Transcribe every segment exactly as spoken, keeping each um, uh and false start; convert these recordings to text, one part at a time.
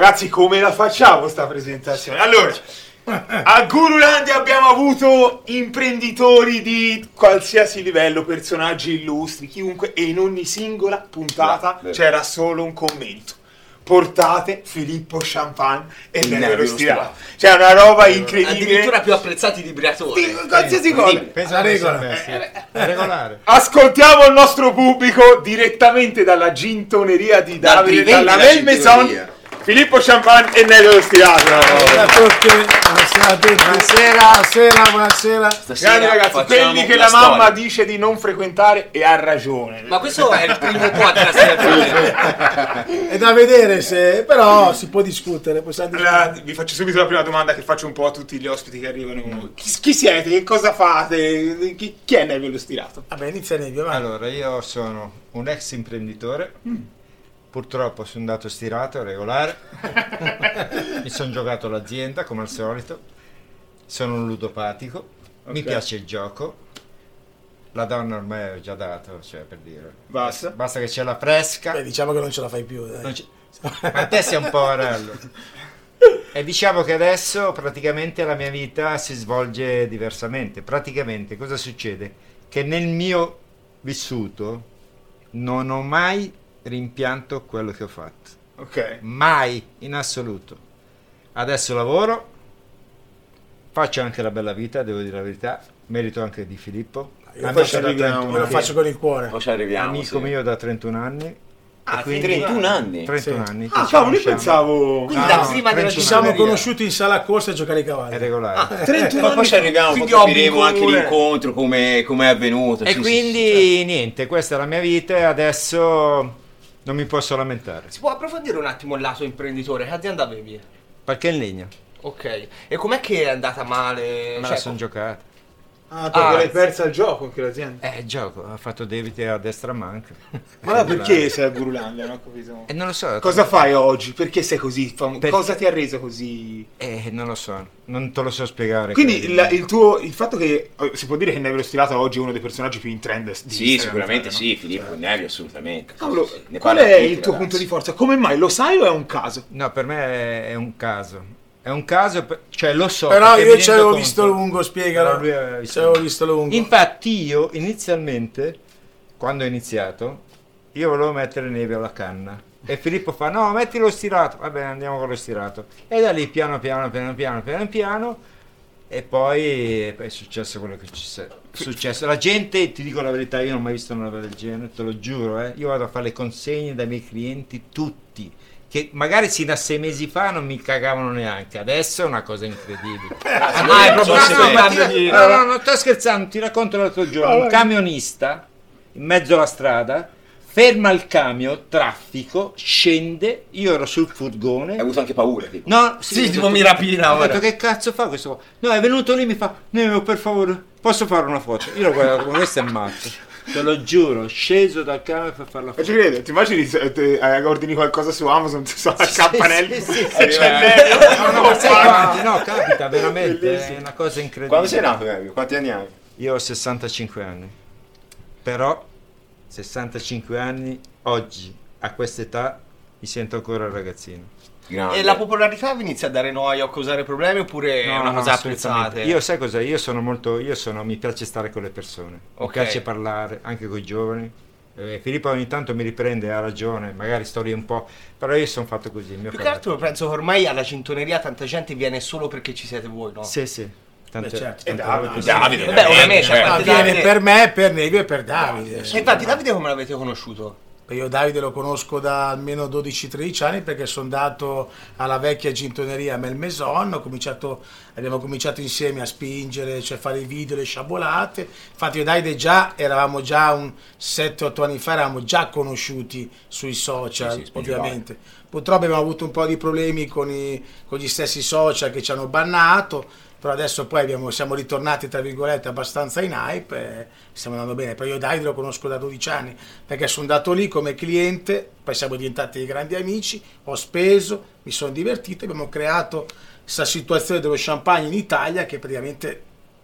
Ragazzi, come la facciamo sta presentazione? Allora, a Gurulandia abbiamo avuto imprenditori di qualsiasi livello, personaggi illustri, chiunque, e in ogni singola puntata no, c'era solo un commento: portate Filippo Champagne e Nervio Stirato. Cioè una roba incredibile, addirittura più apprezzati di Briatore, di qualsiasi eh, cosa. Pensa la regola, eh, eh, regolare. Ascoltiamo il nostro pubblico direttamente dalla gintoneria di Davide, dalla Mel Maison, Filippo Champagne e Nervio Stirato. Buonasera a tutti, buonasera a tutti. Buonasera, buonasera, buonasera. Grandi ragazzi, quelli che la mamma storia. dice di non frequentare, e ha ragione. Ma questo è il primo podcast. È da vedere se, però si può discutere. Allora, vi faccio subito la prima domanda che faccio un po' a tutti gli ospiti che arrivano. Chi, chi siete? Che cosa fate? Chi, chi è Nervio Stirato? Vabbè, inizia Nervio, vai. Allora, io sono un ex imprenditore. Mm. Purtroppo sono andato stirato, regolare, mi sono giocato l'azienda come al solito, sono un ludopatico, okay. Mi piace il gioco, la donna ormai ho già dato, cioè per dire, basta, basta che c'è la fresca. Beh, diciamo che non ce la fai più, dai. Ma te sei un poverello. E diciamo che adesso praticamente la mia vita si svolge diversamente. Praticamente cosa succede? Che nel mio vissuto non ho mai rimpianto quello che ho fatto, ok, mai in assoluto. Adesso lavoro, faccio anche la bella vita, devo dire la verità, merito anche di Filippo. Io lo faccio con il cuore. Poi ci arriviamo, amico sì. mio da trentuno anni. Ah, quindi trentuno anni? trentuno sì. anni. Ah, cavolo, io pensavo. Quindi da prima della ci siamo conosciuti in sala corsa a giocare ai cavalli. È regolare. Ah, trentuno anni. Poi ci arriviamo, poi capiremo anche l'incontro, come è avvenuto. E sì, quindi sì, sì, certo. niente, questa è la mia vita e adesso non mi posso lamentare. Si può approfondire un attimo il lato imprenditore? Che azienda avevi? Perché in legno. Ok. E com'è che è andata male? Me cioè, la sono giocata. Ah, perché ah, l'hai persa il gioco anche l'azienda? Eh, il gioco, ha fatto debiti a destra a manca. Ma no, perché sei a Gurulandia? Non ho capito. Eh, non lo so. Cosa fai oggi? Perché sei così famoso? Perché... Cosa ti ha reso così? Eh, non lo so, non te lo so spiegare. Quindi il, il tuo, il fatto che si può dire che Nervio Stirato oggi è uno dei personaggi più in trend di Sì, Instagram, sicuramente no? Sì, Filippo Nervio assolutamente. Cavolo, qual è il tuo ragazzi. punto di forza? Come mai? Lo sai o è un caso? No, per me è un caso. È un caso, cioè lo so. Però io ci avevo visto lungo, spiegalo. Ci avevo visto lungo. Infatti io inizialmente, quando ho iniziato, io volevo mettere neve alla canna. E Filippo fa, no, metti lo stirato. Va bene, andiamo con lo stirato. E da lì piano piano, piano piano, piano piano. E poi è successo quello che ci è successo. La gente, ti dico la verità, io non ho mai visto una roba del genere, te lo giuro. Eh. Io vado a fare le consegne dai miei clienti, tutti. Che magari sino a sei mesi fa non mi cagavano neanche, adesso è una cosa incredibile. Ah, ah, è proprio no, no, ti, no, no, non sto scherzando, ti racconto l'altro giorno, un camionista in mezzo alla strada ferma il camion, traffico, scende, io ero sul furgone. Hai avuto anche paura? Tipo. No, sì, sì tipo mi rapina. Ho detto, che cazzo fa questo? No, è venuto lì, mi fa, Neo, per favore, posso fare una foto? Io l'ho guardato come questo è matto. Te lo giuro, sceso dal camion per fare la foto. Ma ci credo, ti immagini se te, eh, ordini qualcosa su Amazon, ti sono a campanelli, sì, sì, sì, se sì, c'è Nervio. No, no, ma sai quanti? No, capita veramente, bellissimo. È una cosa incredibile. Quando sei nato, Nervio? Quanti anni hai? Io ho sessantacinque anni. Però sessantacinque anni oggi, a quest'età, mi sento ancora un ragazzino. Grande. E la popolarità vi inizia a dare noia o a causare problemi oppure no, è una no, cosa apprezzata? Io sai cosa? Io sono molto, io sono, mi piace stare con le persone, okay. Mi piace parlare anche con i giovani. Eh, Filippo ogni tanto mi riprende, ha ragione, magari sto lì un po', però io sono fatto così. Più che altro penso che ormai alla cintoneria tanta gente viene solo perché ci siete voi, no? Sì, sì. Tante, Beh, certo. tante Davide, sì. Davide, Beh, ovviamente, certo. Ah, viene per me, per Nervio e per Davide. E infatti Davide come l'avete conosciuto? Io Davide lo conosco da almeno dodici tredici anni perché sono andato alla vecchia gintoneria Mel Maison, ho cominciato, abbiamo cominciato insieme a spingere, cioè fare i video, le sciabolate. Infatti io e Davide già eravamo già un sette otto anni fa, eravamo già conosciuti sui social, sì, sì, ovviamente. Purtroppo abbiamo avuto un po' di problemi con, i, con gli stessi social che ci hanno bannato, però adesso poi abbiamo, siamo ritornati tra virgolette abbastanza in hype e stiamo andando bene. Però io Davide lo conosco da dodici anni perché sono andato lì come cliente, poi siamo diventati dei grandi amici, ho speso, mi sono divertito, abbiamo creato questa situazione dello champagne in Italia che praticamente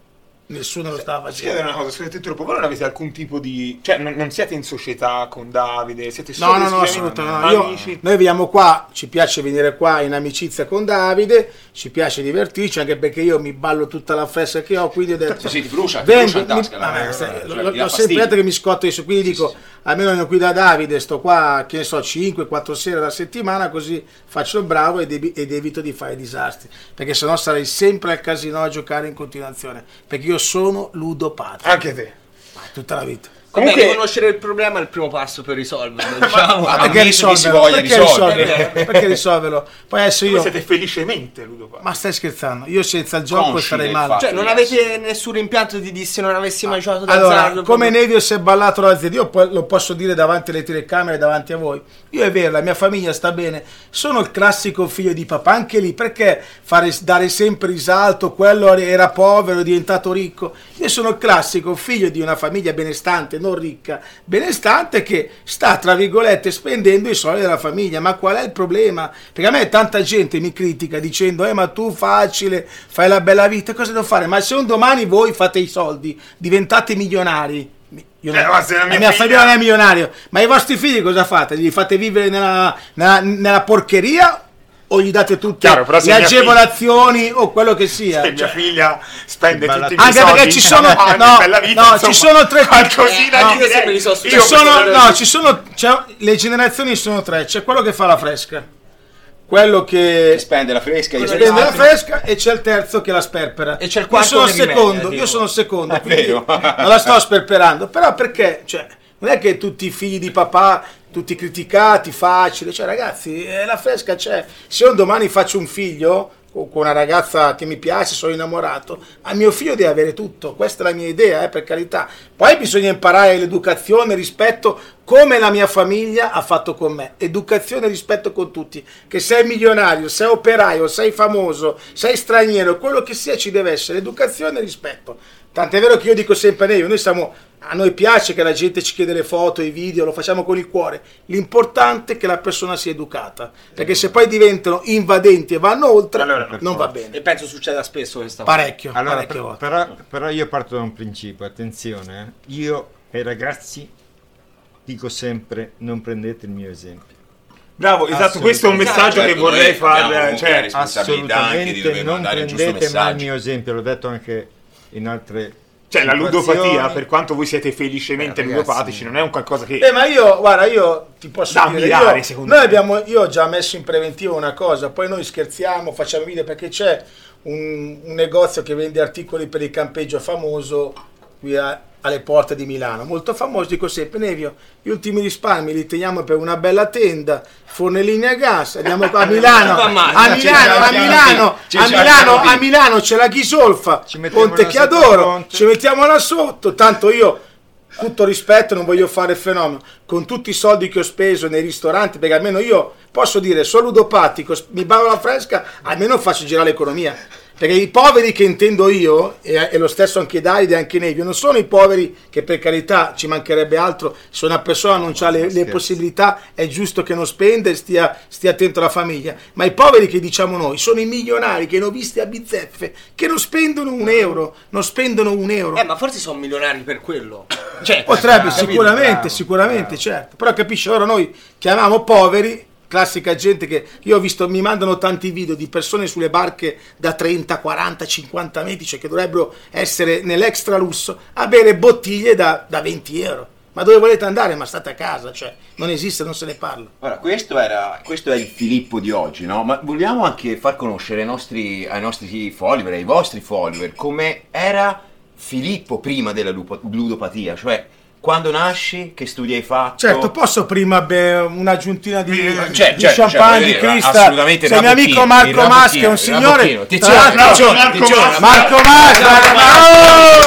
nessuno lo stava Chiedere facendo. una cosa, scusate troppo, voi non avete alcun tipo di... cioè non, non siete in società con Davide, siete No, solo no, no, esclusivamente assolutamente no. Io- amici? noi viviamo qua, ci piace venire qua in amicizia con Davide, ci piace divertirci, anche perché io mi ballo tutta la fresca che ho, quindi ho detto... Sì, ti brucia, ti vengo, brucia in tasca, mi- la- vabbè, la- sai, cioè, l'ho- ti l'ho dà sempre fastidio. detto che mi scotto di su, quindi Sì, dico, sì. almeno vengo qui da Davide, sto qua, che ne so, cinque quattro sere alla settimana, così faccio il bravo ed, evi- ed evito di fare disastri, perché sennò sarei sempre al casino a giocare in continuazione, perché io sono ludopatico, Anche te. tutta la vita. Comunque, Comunque- riconoscere il problema è il primo passo per risolverlo, diciamo. Ma- Perché ammesso che si risolverlo? voglia Perché risolvere. risolverlo? Perché risolverlo? Poi adesso Voi io... siete felicemente ludopatici. Ma stai scherzando? Io senza il gioco Consci starei del male. fatto. Cioè, non avete nessun rimpianto di dire se non avessi mai giocato Allora, d'azzardo? come proprio- Nevio si è ballato la zia, io poi lo posso dire davanti alle telecamere, davanti a voi. Io è vero, la mia famiglia sta bene. Sono il classico figlio di papà, anche lì, perché fare, dare sempre risalto, quello era povero, è diventato ricco. Io sono il classico figlio di una famiglia benestante, non ricca, benestante, che sta, tra virgolette, spendendo i soldi della famiglia. Ma qual è il problema? Perché a me tanta gente mi critica dicendo, eh ma tu facile, fai la bella vita, cosa devo fare? Ma se un domani voi fate i soldi, diventate milionari, io Eh, ma se la la mia mia figlia- famiglia non è milionario, ma i vostri figli cosa fate? Li fate vivere nella, nella, nella porcheria o gli date tutte Chiaro, però se le mia agevolazioni o quello che sia? Se mia Cioè, figlia spende Balla- tutti i miei anche soldi perché ci sono ah, no, bella vita, no, insomma, ci sono tre qualcosina no, gli io direi. sempre li so ci Io sono, questo- no, ci sono c'è- le generazioni sono tre, c'è quello che fa la fresca, quello che Chi spende la fresca, io prende la fresca, e c'è il terzo che la sperpera. E c'è il io quarto sono il che rimedia, secondo, tipo. io sono il secondo, È quindi vero. non la sto sperperando. Però perché? Cioè, non è che tutti i figli di papà, tutti criticati, facile. Cioè, ragazzi, eh, la fresca c'è. Se io domani faccio un figlio con con una ragazza che mi piace, sono innamorato, a mio figlio deve avere tutto. Questa è la mia idea, eh, per carità. Poi bisogna imparare l'educazione, rispetto, come la mia famiglia ha fatto con me. Educazione e rispetto con tutti. Che sei milionario, sei operaio, sei famoso, sei straniero, quello che sia, ci deve essere educazione e rispetto. Tant'è vero che io dico sempre a noi, noi siamo, a noi piace che la gente ci chiede le foto, i video, lo facciamo con il cuore. L'importante è che la persona sia educata, perché se poi diventano invadenti e vanno oltre, Allora, non va bene. E penso succeda spesso questa cosa. Parecchio, Allora, parecchie per- volte. però, però io parto da un principio, attenzione, eh. Io ai ragazzi dico sempre non prendete il mio esempio. Bravo, esatto, questo è un messaggio che Certo, vorrei noi abbiamo fare, comunque cioè, la responsabilità anche di Assolutamente dover non mandare il giusto prendete mai il messaggio. mio esempio, l'ho detto anche in altre cioè la ludopatia, situazioni. per quanto voi siete felicemente Eh, ragazzi. ludopatici, non è un qualcosa che Eh, ma io, guarda, io ti posso Da dire, ammirare, io, secondo noi me. abbiamo, io ho già messo in preventivo una cosa, poi noi scherziamo, facciamo video, perché c'è un, un negozio che vende articoli per il campeggio famoso qui a- alle porte di Milano, molto famoso. Dico sempre, Nevio, gli ultimi risparmi li teniamo per una bella tenda, fornellini a gas, andiamo a Milano, Va male. a Milano, a Ci Milano, ci a ci Milano, ci a Milano c'è la Ghisolfa, Ci mettiamo Ponte là sotto Chiadoro, il ponte. ci mettiamo là sotto, tanto io, tutto rispetto, non voglio fare il fenomeno, con tutti i soldi che ho speso nei ristoranti, perché almeno io posso dire, sono ludopatico, mi ballo la fresca, almeno faccio girare l'economia. Perché i poveri che intendo io, e, e lo stesso anche Davide e anche Nevio, non sono i poveri che, per carità, ci mancherebbe altro, se una persona non ha le, le possibilità è giusto che non spenda e stia, stia attento alla famiglia, ma i poveri che diciamo noi sono i milionari che ne ho visti a bizzeffe, che non spendono un euro, non spendono un euro. Eh, ma forse sono milionari per quello. Cioè, Potrebbe, capito? sicuramente, bravo, sicuramente, bravo. certo. Però capisci, ora noi chiamiamo poveri, classica gente che io ho visto, mi mandano tanti video di persone sulle barche da trenta, quaranta, cinquanta metri, cioè che dovrebbero essere nell'extra lusso, a bere bottiglie da, da venti euro. Ma dove volete andare? Ma state a casa, cioè non esiste, non se ne parla. Ora, questo, era, questo è il Filippo di oggi, no? Ma vogliamo anche far conoscere ai nostri, ai nostri follower, ai vostri follower, come era Filippo prima della lupo- ludopatia, cioè quando nasci, che studi hai fatto? Certo, posso prima bere un'aggiuntina di, Cioè, di cioè, champagne, cioè, di voglio dire, cristal. assolutamente C'è il il mio amico Rabocchino, Marco il Maschi, è un Rabocchino, il signore. Rabocchino. Ti Tra c'è, l'altro- ti c'è, Marco ti c'è. Maschi. Marco Maschi, oh!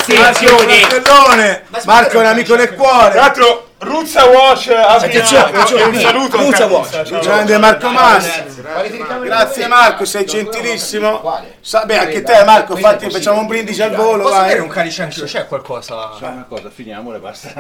Castellone, Marco è un amico del cuore. Tra l'altro Ruzza Wash ha un saluto, Ruzza Wash, grande Marco Massi. Grazie Marco, sei gentilissimo. Sa, beh, anche te Marco, infatti facciamo un brindisi al volo. Posso vai. avere un calice anch'io? C'è qualcosa? C'è una cosa, finiamole, basta.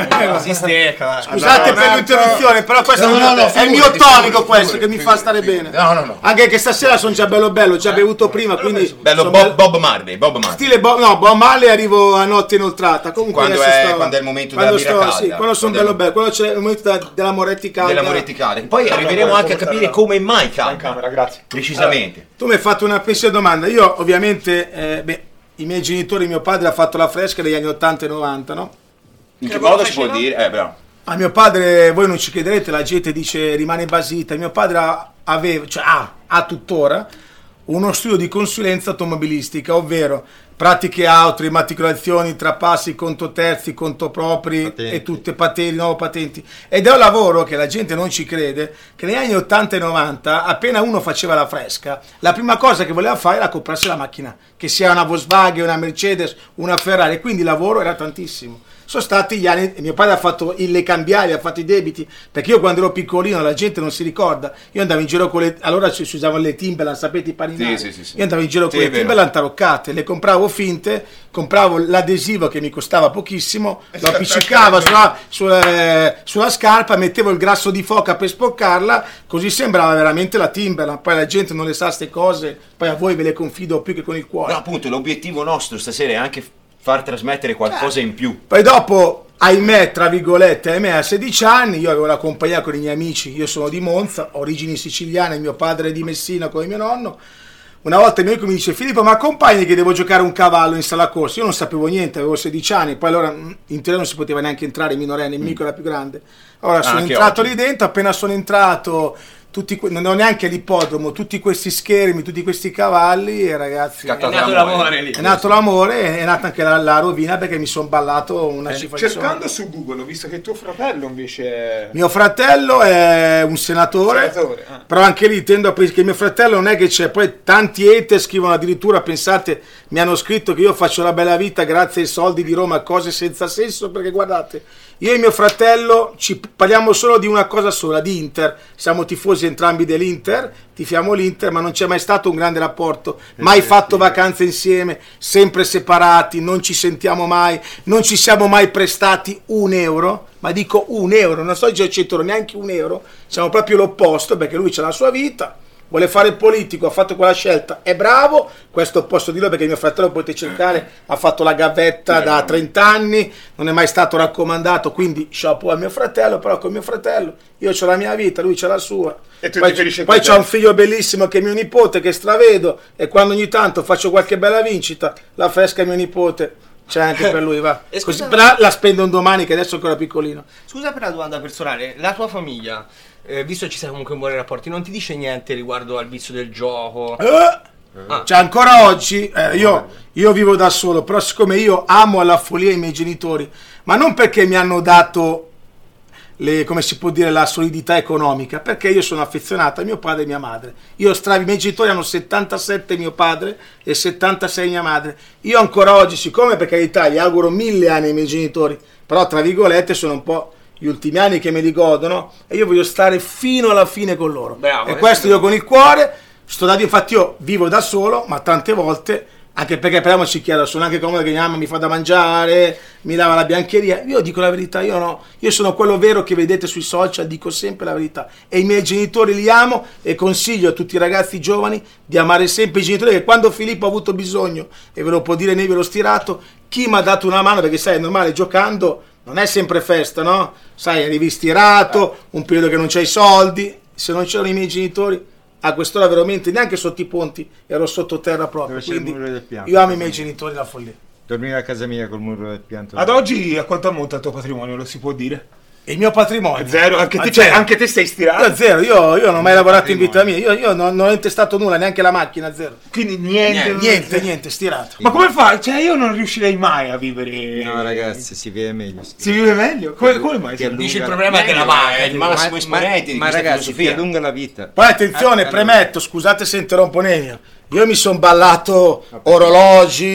Si stecca. Scusate per l'interruzione, però questo No, è il mio- no, no, è il mio figurati, tonico figurati, questo che figurati, mi fa stare bene. No, no, no. Anche che stasera sono già bello bello, già bevuto prima, quindi Bello sono Bob, bello- Bob Marley, Bob Marley. Stile Bob, no, Bob Marley arrivo a notte inoltrata. Comunque Quando adesso è- sto- quando è il momento quando della birra sto- calda. Sì, quando sono Quando bello è- bello, quello c'è il momento da- della Moretti calda. Della Moretti calda. Poi arriveremo anche a capire come mai in calda. camera, grazie. Precisamente. Tu mi hai fatto una precisa domanda. Io ovviamente, eh, beh, i miei genitori, mio padre ha fatto la fresca negli anni ottanta e novanta, no? In che modo si può dire? Eh, bravo. A mio padre, voi non ci crederete, la gente dice rimane basita. Mio padre ha- aveva, cioè ha, ha tuttora uno studio di consulenza automobilistica, ovvero pratiche auto, immatricolazioni, trapassi, conto terzi, conto propri Patenti. e tutte patenti, nuove patenti. Ed è un lavoro che la gente non ci crede, che negli anni ottanta e novanta, appena uno faceva la fresca, la prima cosa che voleva fare era comprarsi la macchina, che sia una Volkswagen, una Mercedes, una Ferrari, quindi il lavoro era tantissimo. Sono stati gli anni, mio padre ha fatto i- le cambiali, ha fatto i debiti, perché io quando ero piccolino la gente non si ricorda, io andavo in giro con le, allora si si usavano le Timberland, sapete i paninari, Sì, sì, sì, sì. io andavo in giro Sì, con è le vero. Timberland taroccate, le compravo finte, compravo l'adesivo che mi costava pochissimo, lo appiccicavo sulla, sulla, sulla scarpa, mettevo il grasso di foca per sporcarla, così sembrava veramente la Timberland, poi la gente non le sa ste cose, poi a voi ve le confido più che con il cuore. No, appunto, l'obiettivo nostro stasera è anche far trasmettere qualcosa in più. Poi dopo, ahimè, tra virgolette, ahimè, a sedici anni, io avevo la compagnia con i miei amici, io sono di Monza, origini siciliane, mio padre è di Messina come mio nonno. Una volta il mio amico mi dice: Filippo, ma accompagni che devo giocare un cavallo in sala corsa. Io non sapevo niente, avevo sedici anni, poi allora mh, in teoria non si poteva neanche entrare, minorenni, il mico era più grande. Allora sono Anche entrato oggi. lì dentro, appena sono entrato, tutti que- non ho neanche l'ippodromo, tutti questi schermi, tutti questi cavalli, e ragazzi... Scattato È nato l'amore. l'amore lì. È nato l'amore, è nata anche la, la rovina perché mi sono ballato una cifra di soldi. Cercando su Google ho visto che tuo fratello invece è... Mio fratello è un senatore, Senatore, ah. però anche lì tendo a pensare che mio fratello non è che c'è, poi tanti hater scrivono addirittura, pensate, mi hanno scritto che io faccio la bella vita grazie ai soldi di Roma, cose senza senso, perché guardate, io e mio fratello ci parliamo solo di una cosa sola, di Inter, siamo tifosi entrambi dell'Inter, tifiamo l'Inter, ma non c'è mai stato un grande rapporto, mai fatto vacanze insieme, sempre separati, non ci sentiamo mai, non ci siamo mai prestati un euro, ma dico un euro, non sto dicendo neanche un euro, siamo proprio l'opposto, perché lui c'ha la sua vita, vuole fare il politico, ha fatto quella scelta, è bravo, questo posso dirlo perché mio fratello, potete cercare, ha fatto la gavetta da trenta anni, non è mai stato raccomandato, quindi chapeau a mio fratello, però con mio fratello io ho la mia vita, lui c'ha la sua. E tu Poi, ti ferisci poi con te. c'ho un figlio bellissimo che è mio nipote, che stravedo, e quando ogni tanto faccio qualche bella vincita, la fresca è mio nipote. C'è anche per lui, va. E Così, scusa- però la spendo un domani che adesso è ancora piccolino. Scusa per la domanda personale, la tua famiglia, eh, visto che ci sei comunque in buoni rapporti, non ti dice niente riguardo al vizio del gioco? Eh, Ah. Cioè ancora oggi eh, io, io vivo da solo, però siccome io amo alla follia i miei genitori, ma non perché mi hanno dato le, come si può dire, la solidità economica, perché io sono affezionato a mio padre e mia madre. Io stravi, i miei genitori hanno settantasette mio padre e settantasei mia madre. Io ancora oggi, siccome per carità gli auguro mille anni ai miei genitori, però tra virgolette sono un po' gli ultimi anni che me li godono e io voglio stare fino alla fine con loro. Bravo, e eh, questo sì. io con il cuore sto da Dio, infatti io vivo da solo, ma tante volte, anche perché parliamoci chiaro, sono anche comodo che mia mamma mi fa da mangiare, mi lava la biancheria, io dico la verità, io no, io sono quello vero che vedete sui social, dico sempre la verità, e i miei genitori li amo e consiglio a tutti i ragazzi giovani di amare sempre i genitori, che quando Filippo ha avuto bisogno, e ve lo può dire, ne ve l'ho stirato, chi mi ha dato una mano, perché sai, è normale, giocando non è sempre festa, no? Sai, arrivi stirato, un periodo che non c'hai soldi, se non c'erano i miei genitori, a quest'ora veramente neanche sotto i ponti, ero sottoterra proprio. Dove c'è il Quindi muro del pianto. io amo i miei genitori da follia. Dormire a casa mia col muro del pianto. Ad oggi a quanto ammonta il tuo patrimonio, lo si può dire? E il mio patrimonio Zero, anche A te, cioè, zero. anche te sei Io stirato. a zero, io, io non ho mai lavorato in vita mia, io, io non, non ho intestato nulla, neanche la macchina, zero. Quindi niente. Niente, niente, stirato. Ma come fai? Cioè io non riuscirei mai a vivere. No ragazzi, si vive meglio. Si vive meglio? Come, come mai? Ti si- allunga- Dici il problema è che la paga. il massimo esponente di ma questa ragazzi, ti filosofia. allunga la vita. Poi attenzione, Ah, allora. premetto, scusate se interrompo Nevio, io mi sono ballato orologi,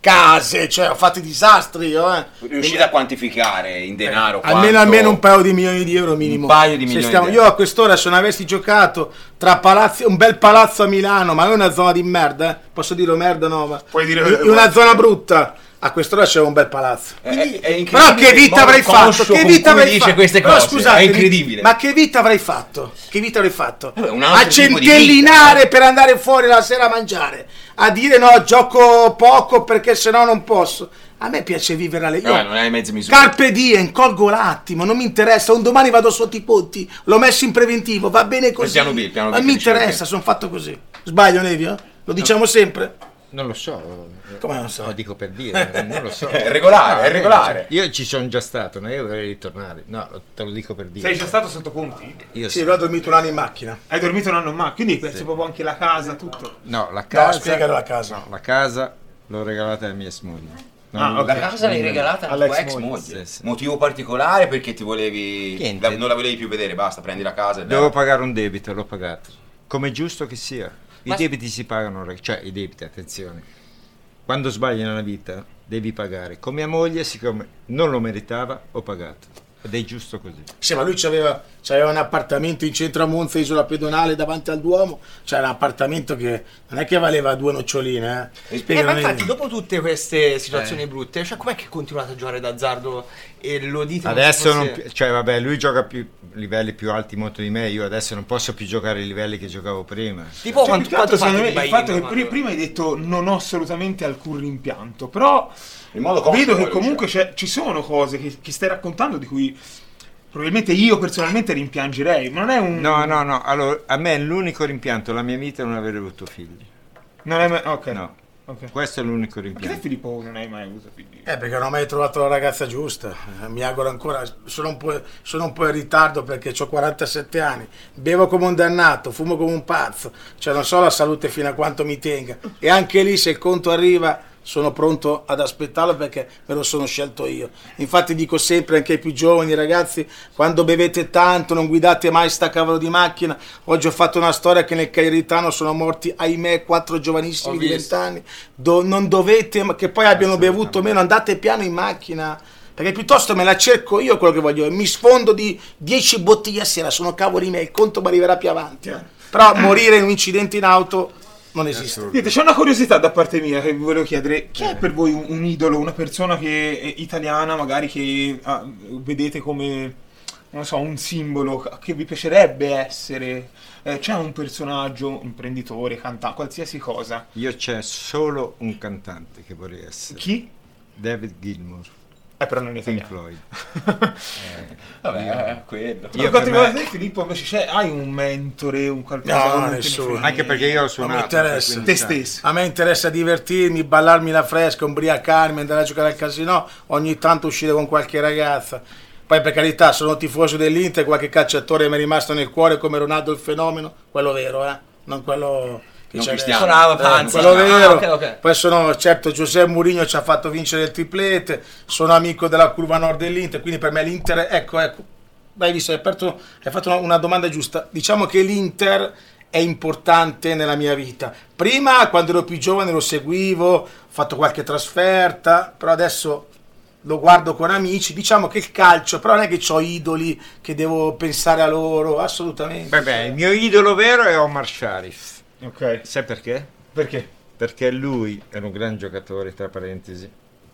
case, cioè ho fatto i disastri io, eh. Riuscite a quantificare in denaro? Eh, almeno, quanto... almeno un paio di milioni di euro minimo. Un paio di Se milioni stiamo, di io euro. a quest'ora, se non avessi giocato tra palazzi, un bel palazzo a Milano, ma non è una zona di merda, eh. Posso dirlo merda no, ma Puoi dire in, in una zona brutta. A quest'ora c'è un bel palazzo. È, è incredibile. Però che vita avrei fatto? Che vita avrei dice fatto? queste Però cose, scusate, è incredibile. Ma che vita avrei fatto? Che vita avrei fatto? Vabbè, un altro A tipo di centellinare vita. per andare fuori la sera a mangiare, a dire no, gioco poco perché sennò non posso. A me piace vivere alle Vabbè, io. non hai mezze misure. Carpe diem, colgo l'attimo, non mi interessa. Un domani vado sotto i ponti, l'ho messo in preventivo, va bene così. piano B, il piano B non che mi dice interessa, perché. sono fatto così. Sbaglio, Nevio? Lo diciamo sempre? Non lo so. Come non so? Lo dico per dire, non lo so. È regolare, è regolare. Io ci sono già stato, ma io vorrei ritornare. No, te lo dico per dire. Sei già stato sotto ponti? Io Sì, sì. lui ha dormito un anno in macchina. Hai dormito un anno in macchina, quindi penso proprio anche la casa, tutto. No, la No, casa. spiegalo la casa. No, la casa l'ho regalata alla mia ex moglie. No, Ah, no, ok. La casa l'hai regalata alla Alla tua ex ex moglie. moglie. Sì, sì. Motivo particolare perché ti volevi. Niente. la- non la volevi più vedere, basta, prendi la casa e Devo beh. pagare un debito, l'ho pagato. Come è giusto che sia. I Ma- debiti si pagano, rag- cioè i debiti, attenzione. Quando sbagli nella vita devi pagare. Con mia moglie, siccome non lo meritava, ho pagato. Ed è giusto così. Sì, ma lui c'aveva, c'aveva un appartamento in centro a Monza, isola pedonale, davanti al Duomo. C'era un appartamento che non è che valeva due noccioline, eh. Eh, Spiegami. ma infatti, dopo tutte queste situazioni brutte, cioè, com'è che continuate a giocare d'azzardo e lo dite? come se Adesso non fosse- pi- cioè vabbè, lui gioca più livelli più alti molto di me, io adesso non posso più giocare ai livelli che giocavo prima. Tipo, Cioè, quanto, più che altro, quanto secondo me, fate di il buy-in fatto che quando- pri- prima hai detto non ho assolutamente alcun rimpianto, però In modo conscio, vedo che poi, comunque c'è- ci sono cose che, che stai raccontando di cui probabilmente io personalmente rimpiangerei. Non è un... No, no, no, allora a me l'unico rimpianto della mia vita è non aver avuto figli. Non è mai... Ok. No, Ok. questo è l'unico Perché te, rimpianto. Filippo, non hai mai avuto figli? Eh, perché non ho mai trovato la ragazza giusta. Eh, Mi auguro ancora. Sono un, po', sono un po' in ritardo perché ho quarantasette anni. Bevo come un dannato, fumo come un pazzo. Cioè, non so la salute fino a quanto mi tenga. E anche lì, se il conto arriva, sono pronto ad aspettarlo perché me lo sono scelto io. Infatti, dico sempre anche ai più giovani ragazzi: quando bevete tanto, non guidate mai sta cavolo di macchina. Oggi ho fatto una storia che nel Cairitano sono morti, ahimè, quattro giovanissimi Ho di visto. vent'anni. Do- non dovete, ma che poi abbiano bevuto meno, andate piano in macchina. Perché piuttosto me la cerco io quello che voglio. Mi sfondo di dieci bottiglie a sera, sono cavoli miei, il conto mi arriverà più avanti. eh. Però morire in un incidente in auto non esiste. Niente, c'è una curiosità da parte mia che vi volevo chiedere. Chi è per voi un, un idolo, una persona che è italiana, magari che ah, vedete come, non so, un simbolo che vi piacerebbe essere? Eh, c'è un personaggio, un imprenditore, cantante, qualsiasi cosa. Io c'è solo un cantante che vorrei essere. Chi? David Gilmour, Eh, però non è Pink italiano. Floyd. Vabbè, è quello. Io Per quanto per riguarda me- te, Filippo, invece c'è, hai un mentore, un qualcosa? No, non te ne nessuno. frega Anche perché io ho suonato. interessa. per Te quindici anni. stesso. A me interessa divertirmi, ballarmi la fresca, ubriacarmi, andare a giocare al casino, ogni tanto uscire con qualche ragazza. Poi per carità, sono tifoso dell'Inter, qualche calciatore mi è rimasto nel cuore come Ronaldo il fenomeno, quello vero, eh? Non quello che Non c'è Cristiano. adesso. Suonava Eh, Panza. quello vero. Ah, ok, ok. Poi sono, certo, Giuseppe Mourinho ci ha fatto vincere il triplete, sono amico della curva nord dell'Inter, quindi per me l'Inter, ecco, ecco, hai visto, hai, aperto, hai fatto una, una domanda giusta. Diciamo che l'Inter è importante nella mia vita. Prima, quando ero più giovane, lo seguivo, ho fatto qualche trasferta, però adesso lo guardo con amici. Diciamo che il calcio, però non è che ho idoli che devo pensare a loro, assolutamente. Vabbè, il mio idolo vero è Omar Sharif. Ok. Sai perché? Perché? Perché lui era un gran giocatore, tra parentesi.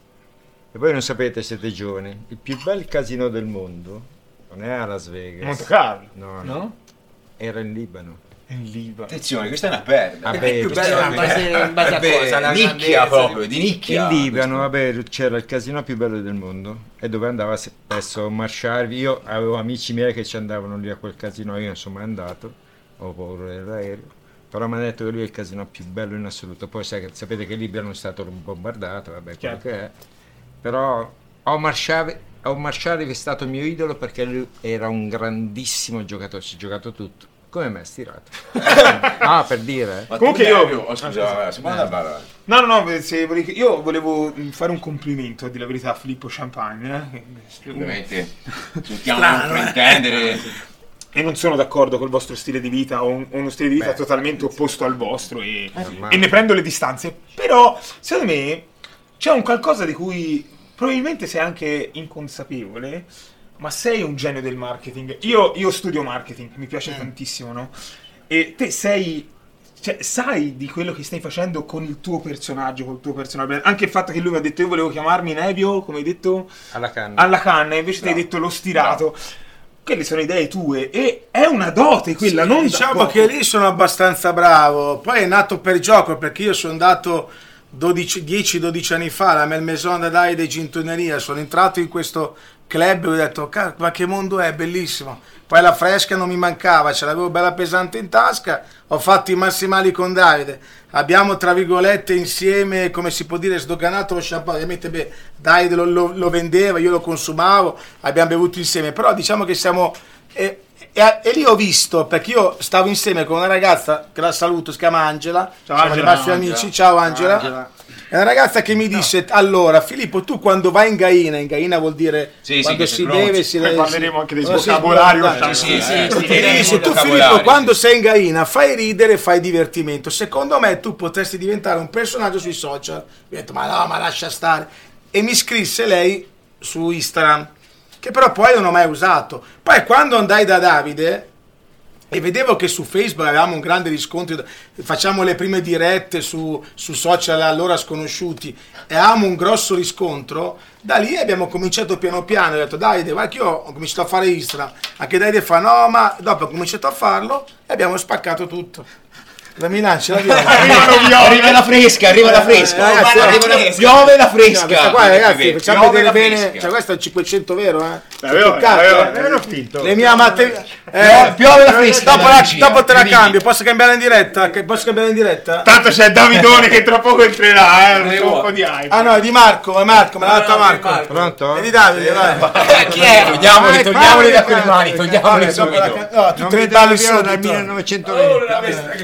E voi non sapete, siete giovani, il più bel casino del mondo non è a Las Vegas. Monte Carlo. No, no, No? Era in Libano. In Libano. Attenzione, questa è una perla. Vabbè, più questa- bello, in base, in base a Vabbè, cosa? La nicchia grandezza, proprio, di nicchia. In Libano, vabbè, c'era il casino più bello del mondo e dove andava spesso Omar Sharif. Io avevo amici miei che ci andavano lì a quel casino, io non sono mai andato, ho paura dell'aereo. Però mi hanno detto che lui è il casino più bello in assoluto. Poi sai, sapete che Libano è stato bombardato, vabbè, quello Chiaro. che è. Però Omar Sharif, Omar Sharif è stato mio idolo perché lui era un grandissimo giocatore, ci ha giocato tutto. Come me, stirato. Ah, per dire. Ma Comunque tu, io- Dario- oh, scusa, si può andare a parlare? No, no, no, se volevi- io volevo fare un complimento, a dire la verità, a Filippo Champagne. Eh? Ovviamente cerchiamo Strano, di non fraintendere. E non sono d'accordo col vostro stile di vita, ho, un- ho uno stile di vita Beh, totalmente opposto al vostro e, normale. e ne prendo le distanze. Però, secondo me, c'è un qualcosa di cui probabilmente sei anche inconsapevole, ma sei un genio del marketing. Io, io studio marketing, mi piace mm. tantissimo, no? E te sei, cioè, sai di quello che stai facendo con il tuo personaggio, col tuo personaggio. Anche il fatto che lui mi ha detto io volevo chiamarmi Nevio, come hai detto? Alla canna. Alla canna, invece no. ti hai detto lo stirato. No. Quelle sono idee tue e è una dote quella, sì, non diciamo che lì sono abbastanza bravo. Poi è nato per gioco, perché io sono andato dieci dodici anni fa alla Malmaison d'Adaide Gintoneria, sono entrato in questo club e ho detto ma che mondo è, bellissimo. Poi la fresca non mi mancava, ce l'avevo bella pesante in tasca, ho fatto i massimali con Davide, abbiamo tra virgolette insieme, come si può dire, sdoganato lo champagne. Ovviamente beh, Davide lo, lo, lo vendeva, io lo consumavo, abbiamo bevuto insieme, però diciamo che siamo e, e, e lì ho visto, perché io stavo insieme con una ragazza che la saluto, si chiama Angela, ciao siamo Angela, rimasti amici, ciao Angela, Angela. È una ragazza che mi disse no. allora Filippo, tu quando vai in Gaina, in Gaina vuol dire sì, quando sì, si deve, si deve, parleremo si, anche del vocabolario, sì, sì, sì, e mi dice tu Filippo sì. quando sei in Gaina fai ridere, fai divertimento, secondo me tu potresti diventare un personaggio sui social. Mi ho detto ma no, ma lascia stare, e mi scrisse lei su Instagram, che però poi non ho mai usato. Poi quando andai da Davide e vedevo che su Facebook avevamo un grande riscontro, facciamo le prime dirette su, su social allora sconosciuti e avevamo un grosso riscontro, da lì abbiamo cominciato piano piano, ho detto Davide, vai che io ho cominciato a fare Instagram, anche Davide fa no, ma dopo ho cominciato a farlo e abbiamo spaccato tutto. La Milanci, la viola. Arriva la fresca, arriva la fresca, eh, ragazzi, arriva la fresca. Piove la fresca. No, qua ragazzi, facciamo vedere bene, cioè questo è il cinquecento vero, eh? L'avevo, l'avevo finto. Le mie amate eh, piove la fresca. Dopo, la, dopo te la cambio, posso cambiare in diretta? Posso cambiare in diretta? Tanto c'è Davidone che tra poco entrerà, eh, un po' di hype. Ah no, è di Marco, è Marco, me l'ha dato Marco. Pronto? È di Davide, vai. Chi è? Togliamoli, togliamoli da quelle mani, togliamoli subito. No, tu te balli solo dal millenovecentoventi.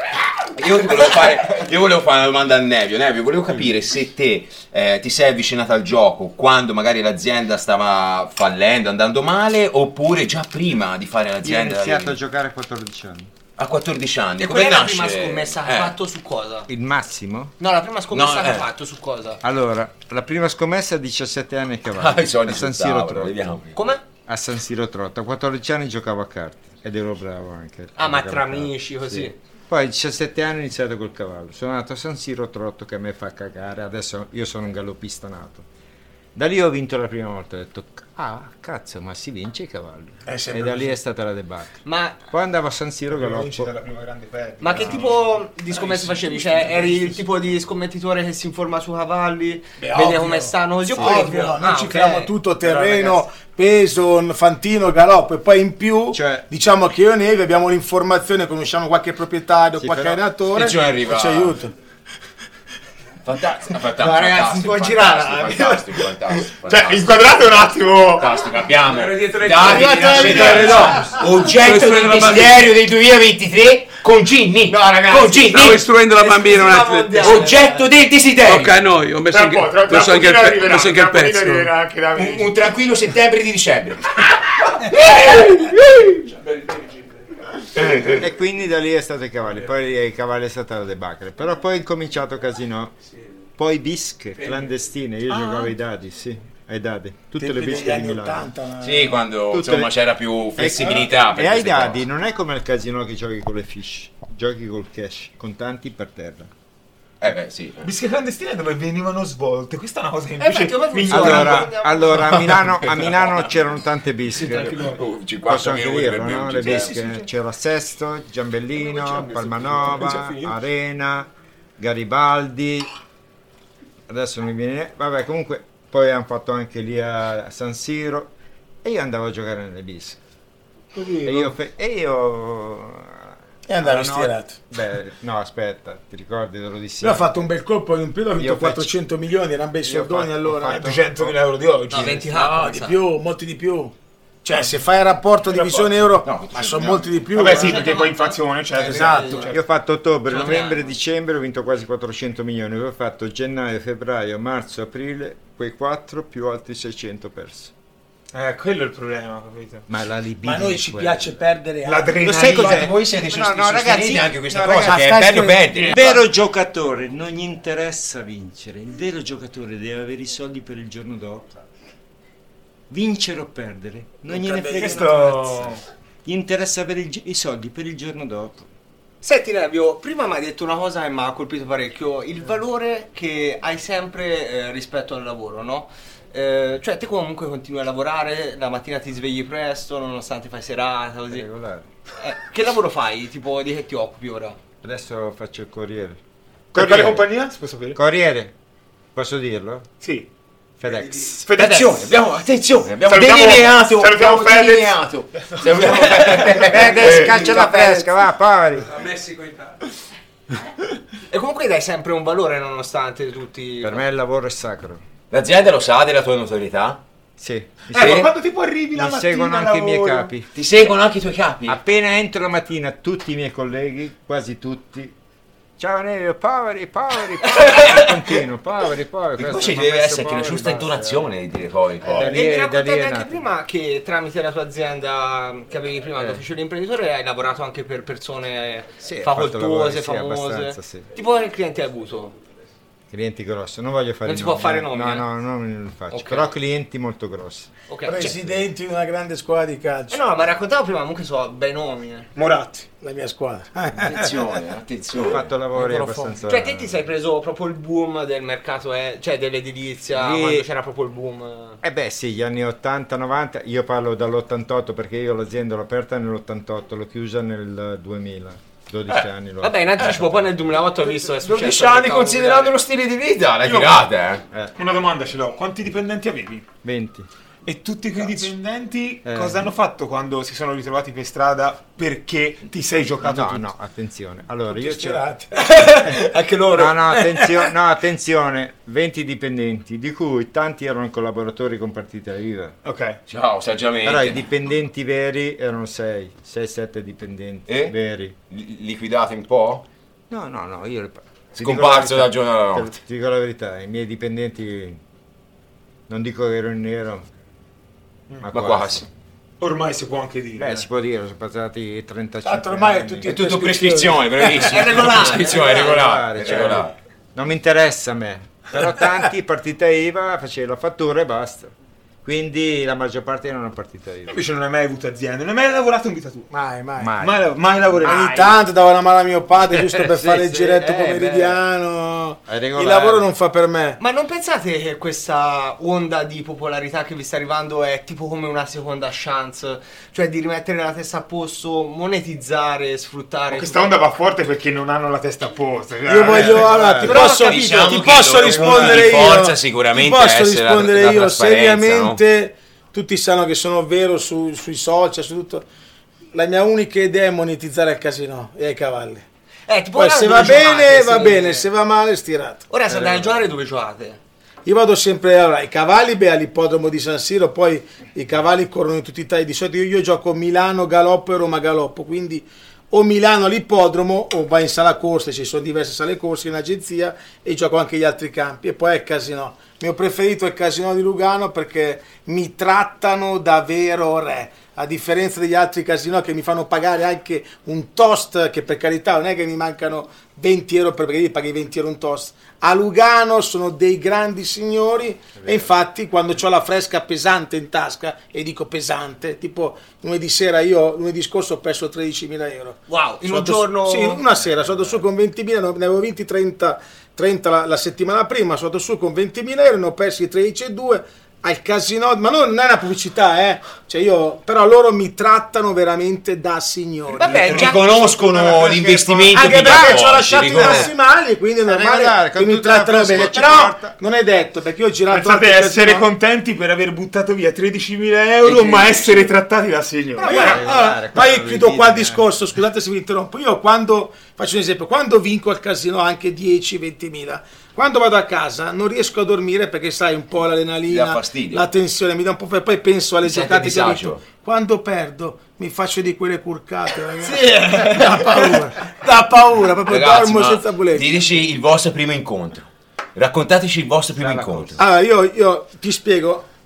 Io volevo, fare, io volevo fare una domanda a Nevio. Nevio, volevo capire se te eh, ti sei avvicinata al gioco quando magari l'azienda stava fallendo, andando male, oppure già prima di fare l'azienda. Io ho iniziato a giocare a quattordici anni. A quattordici anni. E come qual è la nasce? prima scommessa che eh. hai fatto su cosa? Il massimo? No, la prima scommessa no, che eh. hai fatto su cosa? Allora, la prima scommessa a diciassette anni a cavallo. Ah, i soldi a San sul Siro tavolo, vediamo. Come? A San Siro Trotto. A quattordici anni giocavo a carte ed ero bravo anche. Ah, ma tra amici così. Sì. Poi a diciassette anni ho iniziato col cavallo. Sono andato a San Siro Trotto che a me fa cagare. Adesso io sono un galoppista nato. Da lì ho vinto la prima volta. Ho detto, ah, cazzo, ma si vince i cavalli. Eh, e da lì è stata la debacle. Ma, Poi andavo a San Siro galoppo. La prima grande perdita. ma che tipo di scommesse facevi? Cioè, eri il tipo di scommettitore che si informa su cavalli, Beh, vede ovvio. come stanno così? Sì, Oppure ovvio, tipo, noi ah, ci ok. creiamo tutto terreno, Però, ragazzi, peso, fantino, galoppo, e poi in più Cioè- diciamo che io e Neve abbiamo l'informazione, conosciamo qualche proprietario, Sì, qualche però- allenatore E ci arriva- e ci aiuta. Fantastico, fantastico. No, ragazzi, si può girare. Fantastico, fantastico. Cioè, inquadrate un attimo. Fantastico, abbiamo Ero dietro le Davide tinte. Nascitore, oggetto del desiderio del duemilaventitré con Ginny. No, ragazzi, con Ginny. Stavo istruendo la bambina un attimo. mondiale. Oggetto del desiderio. Tocca a noi, ho messo Tra un anche, po', tra, tra messo un anche il, pochino pe- arriverà, messo anche il tra un pochino pezzo. arriverà anche Davide. Un, un tranquillo settembre di dicembre. E quindi da lì è stato i cavalli. Poi ai cavalli è stata la debacle. Però poi è cominciato casino. Poi bische clandestine. Io giocavo ai dadi, sì. Ai dadi. Tutte le bische di Milano. ottanta, Sì, quando Tutte insomma le- c'era più flessibilità. per E ai queste dadi cose. non è come al casino che giochi con le fish. Giochi col cash. Contanti per terra. Eh beh, sì. Bische clandestine dove venivano svolte. Questa è una cosa che Eh, invece beh, come mi funziona? Allora, allora a, Milano, a Milano c'erano tante bische. Uh, Posso cinquanta anche minuti dirlo, per no? più, Le sì, bische. sì. C'era Sesto, Giambellino, Palmanova, Arena, Garibaldi. Adesso non mi viene. Vabbè, comunque poi hanno fatto anche lì a San Siro e io andavo a giocare nelle bische. E io, fe- e io e andavo no, stirato. Beh, no, aspetta, ti ricordi, te lo dissi. Io ho fatto un bel colpo in più, ho vinto Io quattrocento milioni, erano bei Io ho soldoni fatto- allora. ho fatto- duecentomila euro di oggi. No, venti No, K, di sa. più, molti di più. Cioè, se fai il rapporto divisione euro, No, ma sì, sono no. molti di più. Vabbè, eh. sì, perché poi inflazione, certo. Esatto. certo. Io ho fatto ottobre, Sono novembre, tre anni. dicembre, ho vinto quasi quattrocento milioni. Poi ho fatto gennaio, febbraio, marzo, aprile, quei quattro più altri seicento persi. Eh, quello è il problema, capito? Ma la libido. Ma a noi ci piace perdere anche. L'adrenalina. Lo sai cos'è? Voi siete No, no, ragazzi, anche questa no, cosa, ragazzi, che è stai bello scher- perdere. Il vero giocatore non gli interessa vincere, il vero giocatore deve avere i soldi per il giorno dopo. Vincere o perdere, non gliene frega. Questo... Gli interessa avere il gi- i soldi per il giorno dopo. Senti Nevio, prima mi hai detto una cosa che mi ha colpito parecchio, il valore che hai sempre eh, rispetto al lavoro, no? Eh, cioè te comunque continui a lavorare, la mattina ti svegli presto, nonostante fai serata, così. Regolare. Eh, che lavoro fai? Tipo di che ti occupi ora? Adesso faccio il corriere. Per quale compagnia? Si può sapere? Corriere, posso dirlo? Sì. FedEx. Attenzione, abbiamo, attenzione, abbiamo Salutiamo- delineato, salutiamo abbiamo Fedez. delineato. Salutiamo FedEx, caccia la pesca, va, pari. E comunque dai sempre un valore nonostante tutti... Per me il lavoro è sacro. L'azienda lo sa della tua notorietà? Sì, mi, Eh, se- ma quando tipo arrivi la mi mattina seguono al anche i miei lavoro? capi. Ti seguono anche i tuoi capi? Appena entro la mattina, tutti i miei colleghi, quasi tutti, ciao Nevio, poveri, poveri, poveri, continuo, poveri, poveri. Poi questo ci mi ha deve messo essere che una poveri, giusta basta. intonazione di dire poi. Eh, poi. da E lì mi è- da lì raccontavi è anche nato. prima che tramite la tua azienda che avevi prima, quando Eh. facevi l'imprenditore, hai lavorato anche per persone Sì, ho fatto lavori, facoltose, sì, famose. abbastanza, sì. Tipo che clienti hai avuto? Clienti grossi, non voglio fare Non si nomi, può fare eh. nomi, No, eh? no, no, non lo faccio. Ok. Però clienti molto grossi. Ok. Cioè, Presidenti di una grande squadra di calcio. eh no, ma raccontavo prima, comunque so bei nomi. Eh. Moratti. La mia squadra. Attenzione, Ho attenzione. fatto lavori Microfono. abbastanza... Cioè te ti sei preso proprio il boom del mercato, eh, cioè dell'edilizia, Lì- quando c'era proprio il boom. Eh beh sì, gli anni ottanta novanta, io parlo dall'ottantotto perché io l'azienda l'ho aperta nell'ottantotto, l'ho chiusa nel duemila, dodici anni. L'ho... Vabbè, in anticipo poi nel duemilaotto ho visto che è successo. dodici anni il considerando mercato lo stile di vita, l'hai Io- tirata, eh? Eh, Una domanda ce l'ho. Quanti dipendenti avevi? venti. E tutti quei dipendenti Eh. cosa hanno fatto quando si sono ritrovati per strada perché ti sei giocato No, tutto? no, attenzione. Allora, io c'ho... Schierati. Anche loro. No, no, attenzio- no, attenzione, venti dipendenti, di cui tanti erano collaboratori con partita IVA. Ok. Ciao, saggiamente. Però i dipendenti veri erano sei, sei sette dipendenti E? veri. Li- liquidati un po'? No, no, no, io... ti Scomparso dico la dal giorno alla verità, notte. Ti ti dico la verità, i miei dipendenti, non dico che ero in nero, ma, Ma quasi. Ormai si può anche dire. Beh, eh. si può dire, sono passati trentacinque Tanto ormai è anni. tutti- È tutto prescrizione, bravissimo. È regolare, Prescrizione, è è regolare. regolare, è cioè, regolare. Non mi interessa a me, però tanti partita IVA, facevo la fattura e basta. Quindi la maggior parte non hanno partita IVA. Invece non hai mai avuto azienda, non hai mai lavorato in vita tua. Mai, mai. Mai. Mai, lav- mai lavorato. Ogni tanto davo una mano a mio padre giusto per Sì, fare il sì, giretto eh, pomeridiano. beh. È Il regolare. lavoro non fa per me. Ma non pensate che questa onda di popolarità che vi sta arrivando è tipo come una seconda chance? Cioè di rimettere la testa a posto, monetizzare, sfruttare... Questa onda va forte perché non hanno la testa a posto. cioè, Io voglio, eh, allora, ti però posso, capito, diciamo ti che posso il loro rispondere punto di io. forza sicuramente ti posso essere la- rispondere la io trasparenza, seriamente. Tutti sanno che sono vero su- sui social, su tutto. La mia unica idea è monetizzare il casino e ai cavalli. Eh, tipo Poi ora se dove va bene, giocate, va se- bene, se va male, stirato. Ora se andate a giocare dove giocate? Io vado sempre allora, i cavalli beh, all'ippodromo di San Siro, poi i cavalli corrono in tutti i tagli. Di solito io, io gioco Milano Galoppo e Roma Galoppo, quindi o Milano all'ippodromo o vai in sala corse, ci sono diverse sale corse in agenzia e gioco anche gli altri campi e poi è il casino. Il mio preferito è il casino di Lugano perché mi trattano da vero re. A differenza degli altri casino che mi fanno pagare anche un toast, che per carità non è che mi mancano venti euro per perché paghi venti euro un toast. A Lugano sono dei grandi signori e infatti quando ho la fresca pesante in tasca, e dico pesante, tipo lunedì sera io lunedì scorso ho perso tredicimila euro. Wow, in Sono un andato- giorno... Sì, una sera sono andato su con ventimila, ne avevo vinti trenta, trenta la, la settimana prima, sono andato su con ventimila euro, ne ho persi tredici e due al casino, ma non, non è una pubblicità, eh. Cioè io, però loro mi trattano veramente da signori. Vabbè, già- Riconoscono l'investimento Anche che perché ti ho lasciato i riconoscono. massimali, quindi è normale regolare, che con mi tutta la trattano fresca bene. ci Però porta. non è detto, perché io ho girato Pensate altri essere casino. contenti per aver buttato via tredicimila euro, ma essere trattati da signori. Ma io, regolare, allora, quello poi lo chiudo qua il ripeti, eh. discorso, scusate se vi interrompo. Io quando, faccio un esempio, quando vinco al casino anche dieci ventimila, quando vado a casa non riesco a dormire perché sai un po' Ti l'adrenalina, dà fastidio. la tensione, mi dà un po' e poi penso alle Ti senti giocate che ho disagio. vinto. Quando perdo mi faccio di quelle curcate, ragazzi. Da paura, da paura, proprio Ragazzi, dormo ma senza bollette. diteci il vostro primo incontro. Raccontateci il vostro primo Sala incontro. Allora, io, io ti spiego,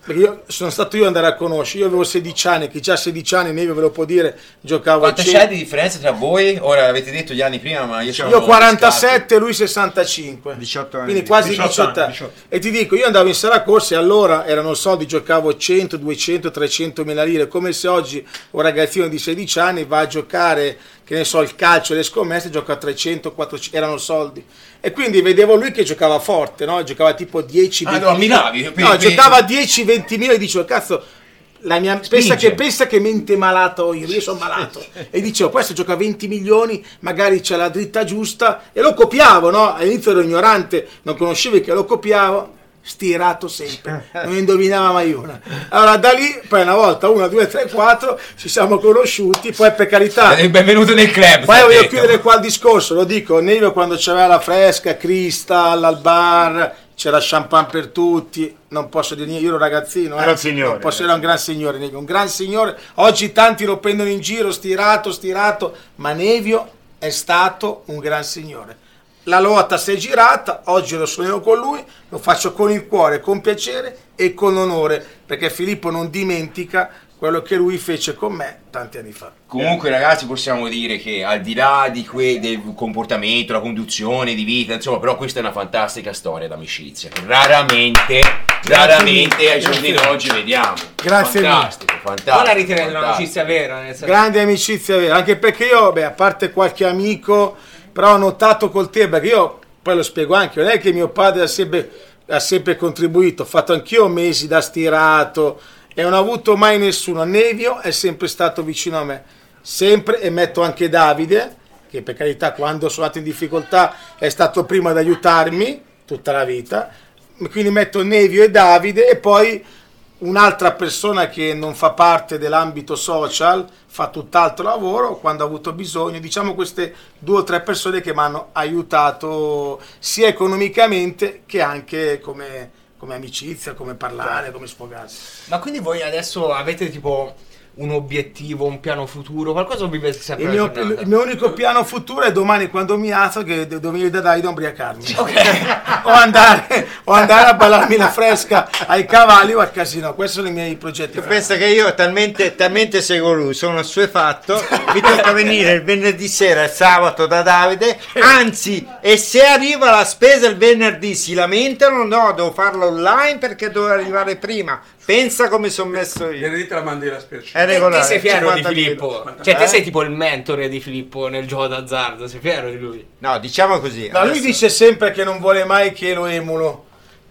Perché io sono stato io ad andare a conoscere, io avevo sedici anni, chi già sedici anni, Nevio ve lo può dire, giocavo Quante a c'è di differenza tra voi? Ora avete detto gli anni prima, ma io sono Io quarantasette, lui sessantacinque. diciotto anni. Quindi quasi diciotto diciotto anni, anni. diciotto. E ti dico, io andavo in sala corse e allora erano soldi, giocavo cento, duecento, trecento mila lire, come se oggi un ragazzino di sedici anni va a giocare, che ne so, il calcio, le scommesse, gioca a trecento, quattrocento, erano soldi. E quindi vedevo lui che giocava forte, no? Giocava tipo dieci Ah, venti no, ammiravi? No, Per- giocava dieci venti mila e dicevo, cazzo, la mia, pensa, Spinge. che, pensa che mente malato io, io sono malato. E dicevo, questo gioca venti milioni, magari c'è la dritta giusta, e lo copiavo, no? All'inizio ero ignorante, non conoscevo che lo copiavo, stirato sempre, non indovinava mai una. Allora da lì, poi una volta, una, due, tre, quattro, ci siamo conosciuti, poi per carità... Eh, Benvenuto nel club. Poi ti ho voglio detto. chiudere qua il discorso, lo dico, Nevio quando c'aveva la Fresca, Crystal, al bar, c'era champagne per tutti, non posso dire niente, io ero ragazzino, eh. Era un signore, non posso, era un gran signore Nevio, un gran signore, oggi tanti lo prendono in giro, stirato, stirato, ma Nevio è stato un gran signore. La lotta si è girata, oggi lo sono io con lui, lo faccio con il cuore, con piacere e con onore, perché Filippo non dimentica quello che lui fece con me tanti anni fa. Comunque ragazzi possiamo dire che al di là di que- del comportamento, la conduzione di vita, insomma, però questa è una fantastica storia d'amicizia. che Raramente, raramente ai giorni d'oggi vediamo. Grazie mille. Fantastico, fantastico. Poi la ritenete fantastico. un'amicizia vera, nel senso... Grande amicizia vera, anche perché io, beh, a parte qualche amico, però ho notato col tempo, perché io, poi lo spiego anche, non è che mio padre ha sempre, ha sempre contribuito, ho fatto anch'io mesi da stirato e non ho avuto mai nessuno. Nevio è sempre stato vicino a me, sempre, e metto anche Davide, che per carità quando sono andato in difficoltà è stato primo ad aiutarmi tutta la vita, quindi metto Nevio e Davide, e poi un'altra persona che non fa parte dell'ambito social, fa tutt'altro lavoro, quando ho avuto bisogno, diciamo queste due o tre persone che mi hanno aiutato sia economicamente che anche come, come amicizia, come parlare, come sfogarsi. Ma quindi voi adesso avete tipo un obiettivo, un piano futuro, qualcosa o vivete sempre Il la mio, giornata? il mio unico piano futuro è domani quando mi alzo che devo venire da Davide a ubriacarmi. Ok. o, andare, o andare a ballarmi la Fresca ai cavalli o al casino. Questi sono i miei progetti. Tu pensa che io talmente, talmente seguo lui, sono assuefatto, mi tocca venire il venerdì sera e il sabato da Davide, anzi, e se arriva la spesa il venerdì si lamentano, no, devo farlo online perché devo arrivare prima. Pensa come sono messo io. Venerdì te la mandi la spesa. È regolare. Te sei fiero di cinquanta Filippo? kilo. Cioè te Eh? sei tipo il mentore di Filippo nel gioco d'azzardo, sei fiero di lui? No, diciamo così. No, lui adesso- dice sempre che non vuole mai che lo emulo.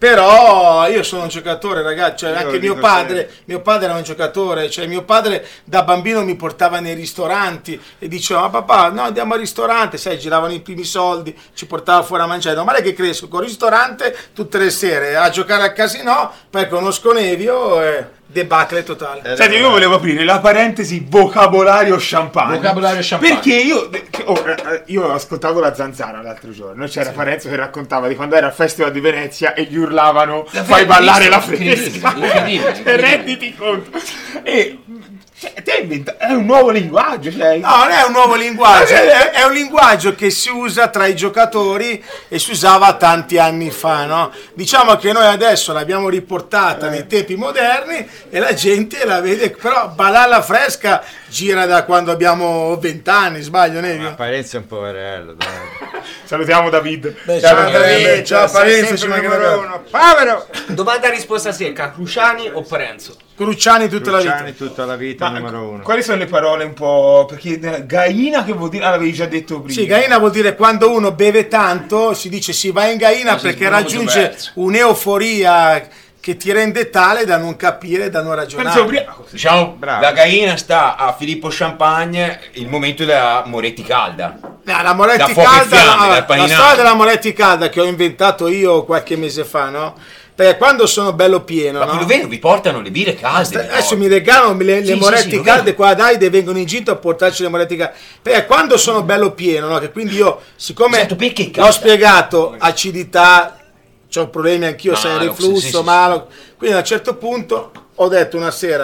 Però io sono un giocatore, ragazzi, cioè Io anche lo mio dico padre, sempre. mio padre era un giocatore, cioè mio padre da bambino mi portava nei ristoranti e diceva: "Ma papà, no, andiamo al ristorante", sai, giravano i primi soldi, ci portava fuori a mangiare. Non male che cresco con il ristorante tutte le sere a giocare al casino, poi conosco Nevio e debacle totale. Senti, io volevo aprire la parentesi vocabolario champagne. Vocabolario champagne. Perché io, oh, eh, io ho ascoltato la Zanzara l'altro giorno. C'era Parenzo che raccontava di quando era al Festival di Venezia e gli urlavano: fai ballare la fresca. Incredibile, E renditi conto. E cioè, te hai inventato, è un nuovo linguaggio. Cioè, No, non è un nuovo linguaggio, è, è un linguaggio che si usa tra i giocatori e si usava tanti anni fa, no? Diciamo che noi adesso l'abbiamo riportata nei tempi moderni e la gente la vede, però ballare la fresca gira da quando abbiamo vent'anni, sbaglio, Ma Nevio? Parenzo è un poverello, dai. Salutiamo David. Beh, Ciao, ciao, David. David. Ciao, sei Parenzo, sempre ci il mancherebbe. numero uno. Povero! Domanda a risposta secca, Cruciani o Parenzo? Cruciani tutta la Cruciani vita. tutta la vita, Ma numero uno. quali sono le parole un po'? Perché eh, Gaina che vuol dire? Ah, l'avevi già detto prima. Sì, gaina vuol dire quando uno beve tanto, si dice si va in gaina si perché sbruzza raggiunge verso. un'euforia che ti rende tale da non capire, da non Penso ragionare. ubriaco. Diciamo, Bravo. da Gaina sta a Filippo Champagne il momento della Moretti calda. No, la Moretti Da fuoco e calda, fiamme, no, dal la paninato. storia della Moretti calda che ho inventato io qualche mese fa, no? Perché quando sono bello pieno, Ma no? quello vero, vi portano le birre calde. Adesso no? mi regalano le, le Sì, sì, moretti sì, lo calde vedo. qua a Davide, vengono in giro a portarci le moretti calde. Perché quando sono bello pieno, no? Che quindi io, siccome Esatto, perché l'ho calda? spiegato, acidità, ho problemi anch'io, sai, Malox, reflusso, sì, sì, sì. malo. Quindi a un certo punto ho detto una sera,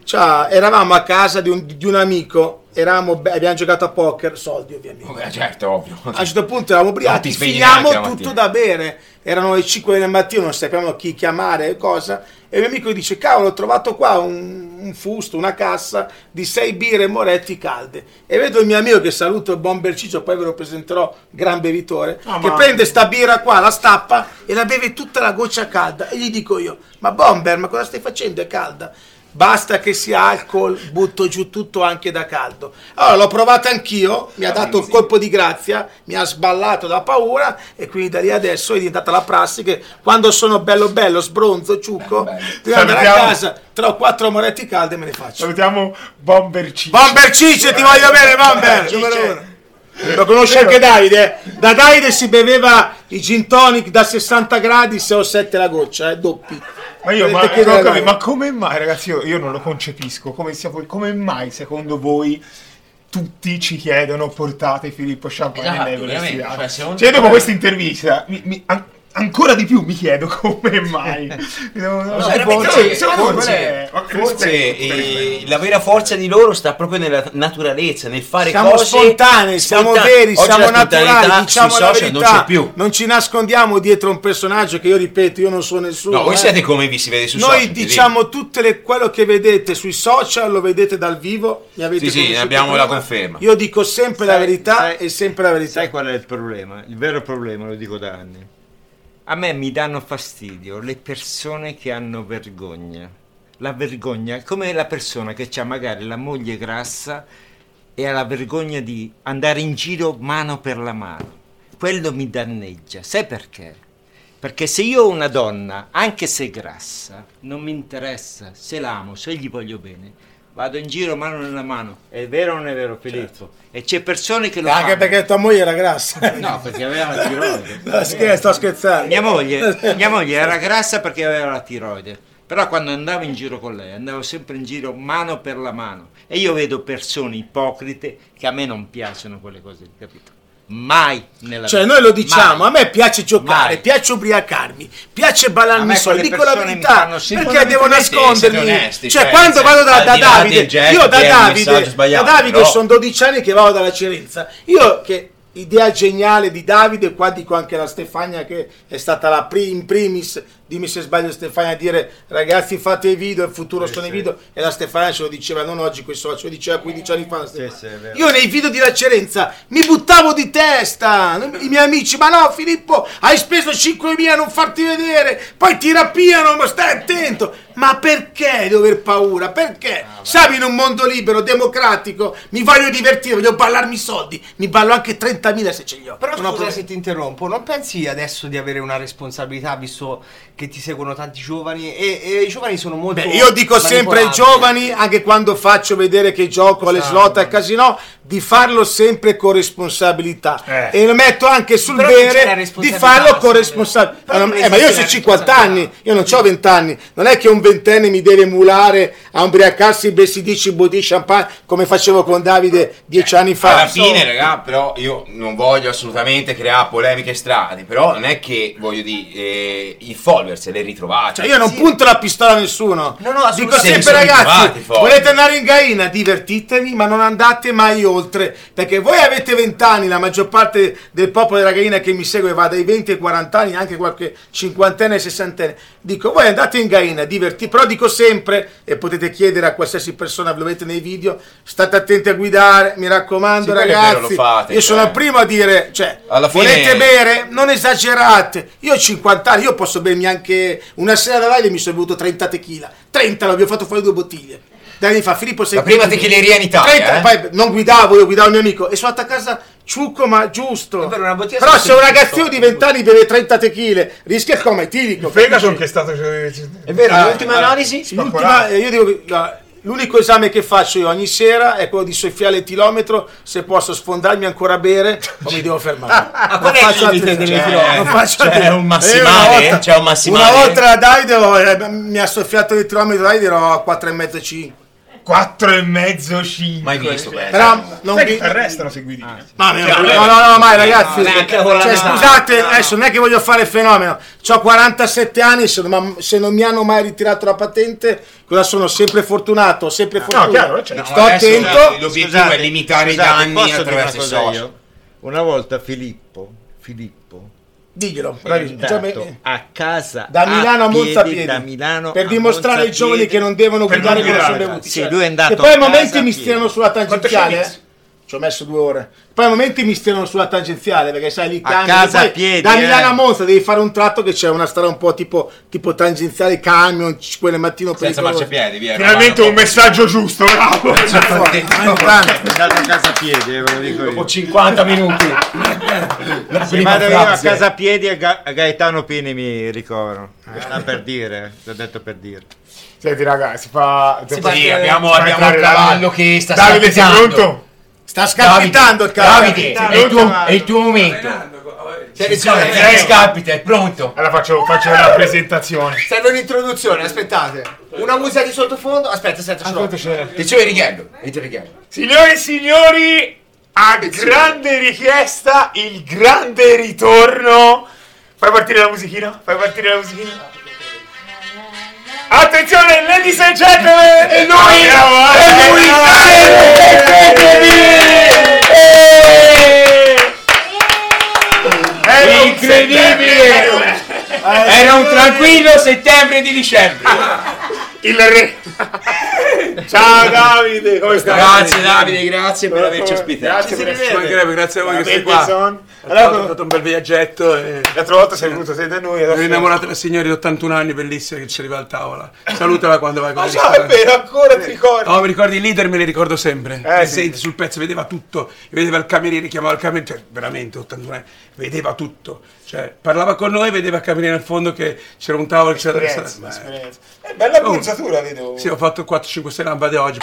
Cioè, eravamo a casa di un, di un amico, eravamo, abbiamo giocato a poker, soldi ovviamente. Beh, certo, ovvio. A un certo punto eravamo Non ubriachi, ti svegli finiamo neanche la tutto mattina. da bere. Erano le cinque del mattino, non sapevamo chi chiamare e cosa. E il mio amico dice: cavolo, ho trovato qua un, un fusto, una cassa di sei birre Moretti calde. E vedo il mio amico, che saluto il buon Berciccio, poi ve lo presenterò, gran bevitore, Ah, che ma- prende sta birra qua, la stappa e la beve tutta la goccia calda. E gli dico io: ma Bomber, ma cosa stai facendo? È calda. Basta che sia alcol, butto giù tutto anche da caldo. Allora l'ho provata anch'io, mi ha dato il colpo di grazia, mi ha sballato da paura e quindi da lì adesso è diventata la prassi che quando sono bello bello, sbronzo, ciucco, devo andare a Salutiamo. casa, tre o quattro moretti calde e me ne faccio. Salutiamo Bomber Ciccio. Bomber Ciccio, ti voglio bene, Bomber! Numero uno. Lo conosce anche Davide? eh? Da Davide si beveva i gin tonic da sessanta gradi, sei o sette la goccia, eh, doppi. Ma io, ma, Perché non da- capi- ma come mai, ragazzi, io, io non lo concepisco, come, sia voi- come mai secondo voi tutti ci chiedono portate Filippo Champagne Esatto, nell'Everest veramente, Yacht? cioè, secondo Cioè, dopo me- questa intervista, mi- mi- an- ancora di più mi chiedo come mai. Mi devo- non so, veramente, forse- secondo voi forse, qual è? Ma forse, rispetto, eh, rispetto. la vera forza di loro sta proprio nella naturalezza, nel fare Siamo cose spontanei, siamo spontanee. veri, Oggi siamo la spontaneità naturali, diciamo sui la social verità. non c'è più. Non ci nascondiamo dietro un personaggio che io ripeto, io non so nessuno. No, voi eh. siete come vi si vede su Noi social. diciamo tutte le, quello che vedete sui social lo vedete dal vivo. Mi avete Sì, sì, conosciuto abbiamo prima. la conferma. Io dico sempre la Sai- verità sai- e sempre la verità. Sai qual è il problema? Il vero problema, lo dico da anni. A me mi danno fastidio le persone che hanno vergogna. La vergogna, come la persona che ha magari la moglie grassa e ha la vergogna di andare in giro mano per la mano. Quello mi danneggia. Sai perché? Perché se io ho una donna, anche se grassa, non mi interessa, se l'amo, se gli voglio bene, vado in giro mano nella mano. È vero o non è vero, Filippo? E c'è persone che lo Anche fanno. perché tua moglie era grassa. No, perché aveva la tiroide. No, scherzo, sto scherzando. Mia moglie, mia moglie era grassa perché aveva la tiroide. Però quando andavo in giro con lei, andavo sempre in giro mano per la mano. E io vedo persone ipocrite che a me non piacciono quelle cose, capito? Mai nella Cioè vita. noi lo diciamo, Mai. a me piace giocare, Mai. piace ubriacarmi, piace A ballarmi me solo, quelle dico la persone mi verità, fanno sì, perché devo fondamentalmente siete nascondermi. onesti, Cioè cioè, quando vado da, al da di là Davide, del gesto io da che è un Davide, messaggio sbagliato, da Davide però- sono dodici anni che vado dalla Cerenza, io che idea geniale di Davide, qua dico anche la Stefania che è stata la pri- in primis, dimmi se sbaglio Stefania, a dire ragazzi fate i video, il futuro sono i video, e la Stefania ce lo diceva non oggi quei social, ce lo diceva quindici anni fa la Stefania. Sì, sì, è vero. Io nei video di La Cerenza mi buttavo di testa, i miei amici, ma no Filippo, hai speso cinquemila a non farti vedere, poi ti rapiano, ma stai attento. Ma perché dover paura? Perché? Sai, in un mondo libero, democratico, mi voglio divertire, voglio ballarmi i soldi, mi ballo anche trentamila se ce li ho. Però Non ho scusa problemi. se ti interrompo, non pensi adesso di avere una responsabilità visto che ti seguono tanti giovani e, e i giovani sono molto Beh, io dico sempre ai manipolabili. giovani, anche quando faccio vedere che gioco alle Esatto. slot al casino, di farlo sempre con responsabilità. Eh. E lo metto anche sul Però non c'è la bere di responsabilità, farlo con sì. responsabilità. Però non Eh, ma io esiste ho la cinquanta responsabilità. anni, io non ho venti anni. Non è che un ventenne mi deve emulare a ubriacarsi bessi dieci bottiglie di champagne come facevo con Davide dieci anni fa. Alla fine, raga, però io non voglio assolutamente creare polemiche strane, però non è che voglio dire eh, i followers se li ritrovate. Cioè, io non Sì. punto la pistola a nessuno. No, no, Dico assolutamente. sempre, Se li sono ragazzi, ritrovati, poi. volete andare in Gaina, divertitevi, ma non andate mai oltre. Perché voi avete venti anni, la maggior parte del popolo della Gaina che mi segue va dai venti ai quaranta anni, anche qualche cinquantenne e sessantenne. Dico, voi andate in Gaina, divertite, però dico sempre, e potete chiedere a qualsiasi persona, ve lo vedete nei video, state attenti a guidare, mi raccomando, Sì, quello è ragazzi. vero, lo fate, io sono cioè. il primo a dire, cioè, Alla fine- volete bere, non esagerate. Io ho cinquanta anni, io posso bermi anche una sera da live, mi sono bevuto trenta tequila. trenta, l'abbiamo fatto fuori due bottiglie. Dai, mi fa Filippo, sei La prima techileria in Italia, trenta, eh? poi non guidavo, io guidavo il mio amico e sono andato a casa ciucco, ma giusto. Vabbè, una bottiglia Però sono se un sempre ragazzino di venti anni beve trenta tequile, rischia il coma etilico. Fegason che è stato... È vero, Ah, l'ultima ah, analisi? L'ultima, eh, io dico che, no, l'unico esame che faccio io ogni sera è quello di soffiare il chilometro, se posso sfondarmi ancora a bere o mi devo fermare. Ah, Non qual è faccio il limite altri- delle cioè, chilometri? non faccio C'è altri- un Eh, massimale? una volta- C'è un massimale? Una volta la Davide oh, eh, mi ha soffiato il chilometro, Davide ero a quattro e mezzo cinque. quattro e mezzo, cinque. Mai visto, beh. Però non Sai vi... che restano seguiti. No, no, no, no, no, mai ragazzi, cioè, scusate, adesso non è che voglio fare il fenomeno, ho quarantasette anni, se non, se non mi hanno mai ritirato la patente, cosa sono? Sempre fortunato, sempre fortunato. chiaro, cioè, sto attento. L'obiettivo è limitare i danni posso dire attraverso i una cosa social. io? Una volta Filippo, Filippo Diglielo, è bravissimo. andato Cioè, a casa da Milano a Monza a piedi, piedi, da Milano per a dimostrare ai Monza giovani piedi. che non devono Per guidare non come sono guidare, bevuti. sì, Cioè, lui è andato e poi a ai momenti casa mi piedi. stirano sulla Quanto ci hai tangenziale, messo? eh. Ci ho messo due ore. Poi ai momenti mi stirano sulla tangenziale perché sai lì A cambi, casa poi a piedi, da Milano eh. a Monza devi fare un tratto che c'è una strada un po' tipo, tipo tangenziale, camion, quelle mattino Senza pericolose. marciapiedi, via. Finalmente un messaggio giusto, bravo. Ah, intanto. È andato a casa a piedi, eh, ve lo dico io. cinquanta minuti. Se vado io a casa a piedi e Ga- Gaetano Pini mi ricovero. Sta per dire, ti ho detto per dire. Senti ragazzi, si fa... Si si fa- Sì, abbiamo, fa abbiamo entrare il cavallo che sta Davide, sei scalpitando. pronto? Sta scalpitando il cavallo. Davide, è il tuo, è il tuo momento. Attenzione, Dai, scalpita, è pronto. Allora faccio, faccio la presentazione. serve un'introduzione, aspettate. Una musica di sottofondo. Aspetta, aspetta, ce l'ho. Attenzione, Righello. Entra Righello. Signore e signori, a grande richiesta, il grande ritorno. Fai partire la musichina? Fai partire la musichina? Attenzione, ladies and gentlemen! E noi! E lui! Incredibile! Era un tranquillo settembre di dicembre. Il re! Ciao Davide, come stai? Grazie Davide, grazie per averci ospitato. Grazie per essere Mancherebbe, grazie a voi che siete qua. Davidson. È stato Allora, stato un bel viaggetto e l'altra volta sei venuto sei da noi. mi adesso- ho innamorato della signora di ottantuno anni, bellissima, che ci arriva al tavola. Salutala quando vai con Ma il ciao, è ristorante. vero, ancora ti ricordi? No, mi ricordi i leader, me li ricordo sempre. Eh, Mi sì. senti sul pezzo, vedeva tutto. Vedeva il cameriere, chiamava il cameriere, cioè veramente ottantuno anni, vedeva tutto. Cioè, parlava con noi, vedeva il cameriere al fondo che c'era un tavolo che c'era Esperienza, Ma- esperienza. È bella puzzatura, vedo. Sì, ho fatto quattro cinque sei lampade oggi.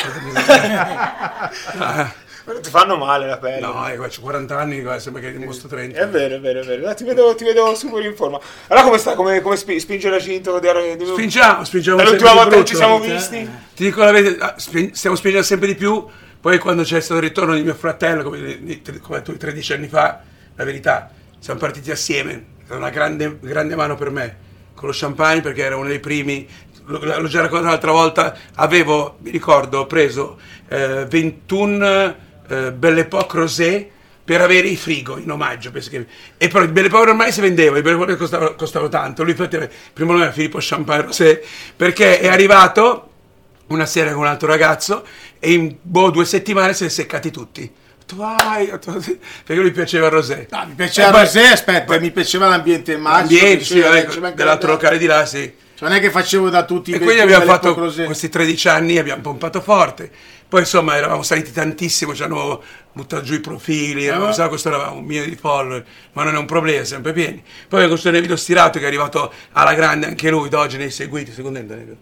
Ah, Non ti fanno male la pelle. no, eh, guarda, c'ho quaranta anni, guarda, sembra che ne mostro trenta. È vero, è vero, è vero. Dai, Ti vedo, ti vedo super in forma. Allora come sta? Come, come spi- spinge la cinta? Di, di... Spingiamo, spingiamo Dall'ultima sempre volta di che ci brutto. siamo visti? Ti dico la verità, ah, spin- stiamo spingendo sempre di più. Poi quando c'è stato il ritorno di mio fratello, come, di- come tu tredici anni fa, la verità, siamo partiti assieme. È stata una grande, grande mano per me, con lo champagne, perché era uno dei primi. Lo- L'ho già raccontato l'altra volta, avevo, mi ricordo, ho preso eh, ventuno eh, Belle Époque Rosé per avere i frigo in omaggio, penso che... e però il Belle Époque ormai si vendeva, i Belle Époque costavano, costavano tanto, lui infatti il primo nome era Filippo Champagne Rosé, perché è arrivato una sera con un altro ragazzo e in boh, due settimane si è seccati tutti. Ho detto, vai, ho detto, perché lui piaceva il rosé. No, mi piaceva E poi- Rosé, aspetta, mi piaceva l'ambiente magico. L'ambiente, mi sì, piaceva- vabbè, ci mancherebbe dell'altro altro. locale di là, sì. Cioè, non è che facevo da tutti i E quindi ventuni abbiamo delle fatto Rosé. questi tredici anni, abbiamo pompato forte. Poi insomma eravamo saliti tantissimo, ci hanno buttato giù i profili, eravamo, sai, questo eravamo un milione di follower, ma non è un problema, siempre pieni. Poi abbiamo questo Nevido Stirato che è arrivato alla grande anche lui, Doge nei seguiti, secondo te Nevido?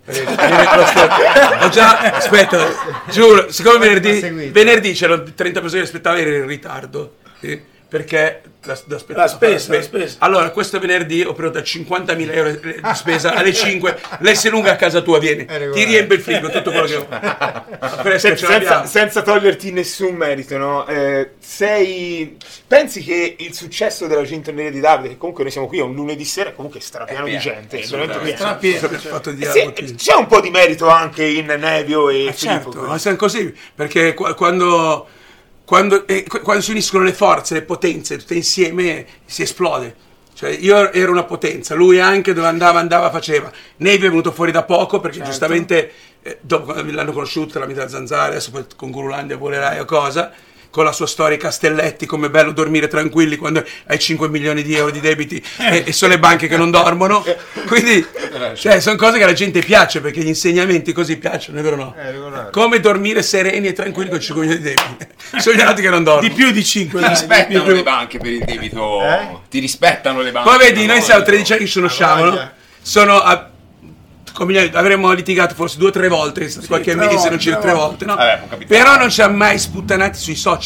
Ho già, aspetta, giuro, siccome venerdì, venerdì c'erano trenta persone che aspettavano, ero in ritardo, sì, perché la, la, spesa, La spesa, la spesa. Allora, questo venerdì ho prenotato cinquantamila euro di spesa alle cinque, l'S lunga a casa tua viene, ti riempie il frigo, tutto quello che ho. Fresca, Sen- ce senza, l'abbiamo. senza toglierti nessun merito, no? Eh, sei... Pensi che il successo della Gintoneria di Davide, che comunque noi siamo qui, è un lunedì sera, comunque è strapieno di gente, è veramente pieno. Strapieno, abbiamo fatto di Eh, diavolo, sì, sì. c'è un po' di merito anche in Nevio e Eh, Filippo. certo, ma siamo così, perché qua- quando, quando, eh, qu- quando si uniscono le forze, le potenze, tutte insieme, si esplode. Cioè, io ero una potenza, lui anche dove andava, andava, faceva. Nevi è venuto fuori da poco, perché giustamente, eh, dopo quando l'hanno conosciuto, la mia zanzara, adesso poi con Gurulandia volerai o cosa, con la sua storia Castelletti, come è bello dormire tranquilli quando hai cinque milioni di euro di debiti e, e sono le banche che non dormono. Quindi, cioè, sono cose che alla gente piace, perché gli insegnamenti così piacciono, è vero o no? Come dormire sereni e tranquilli con cinque milioni di debiti. Sono gli altri che non dormono. Di più di cinque. Ti dai, rispettano di più. le banche per il debito. Ti rispettano le banche. Poi vedi, No, noi no, siamo no. tredici anni che ci conosciamo, no? Sono a, come, avremmo litigato forse due o tre volte, qualche tre mese, volte, non ci tre tre volte. volte, no? Vabbè, può capitare. Però non ci ha mai sputtanati sui social.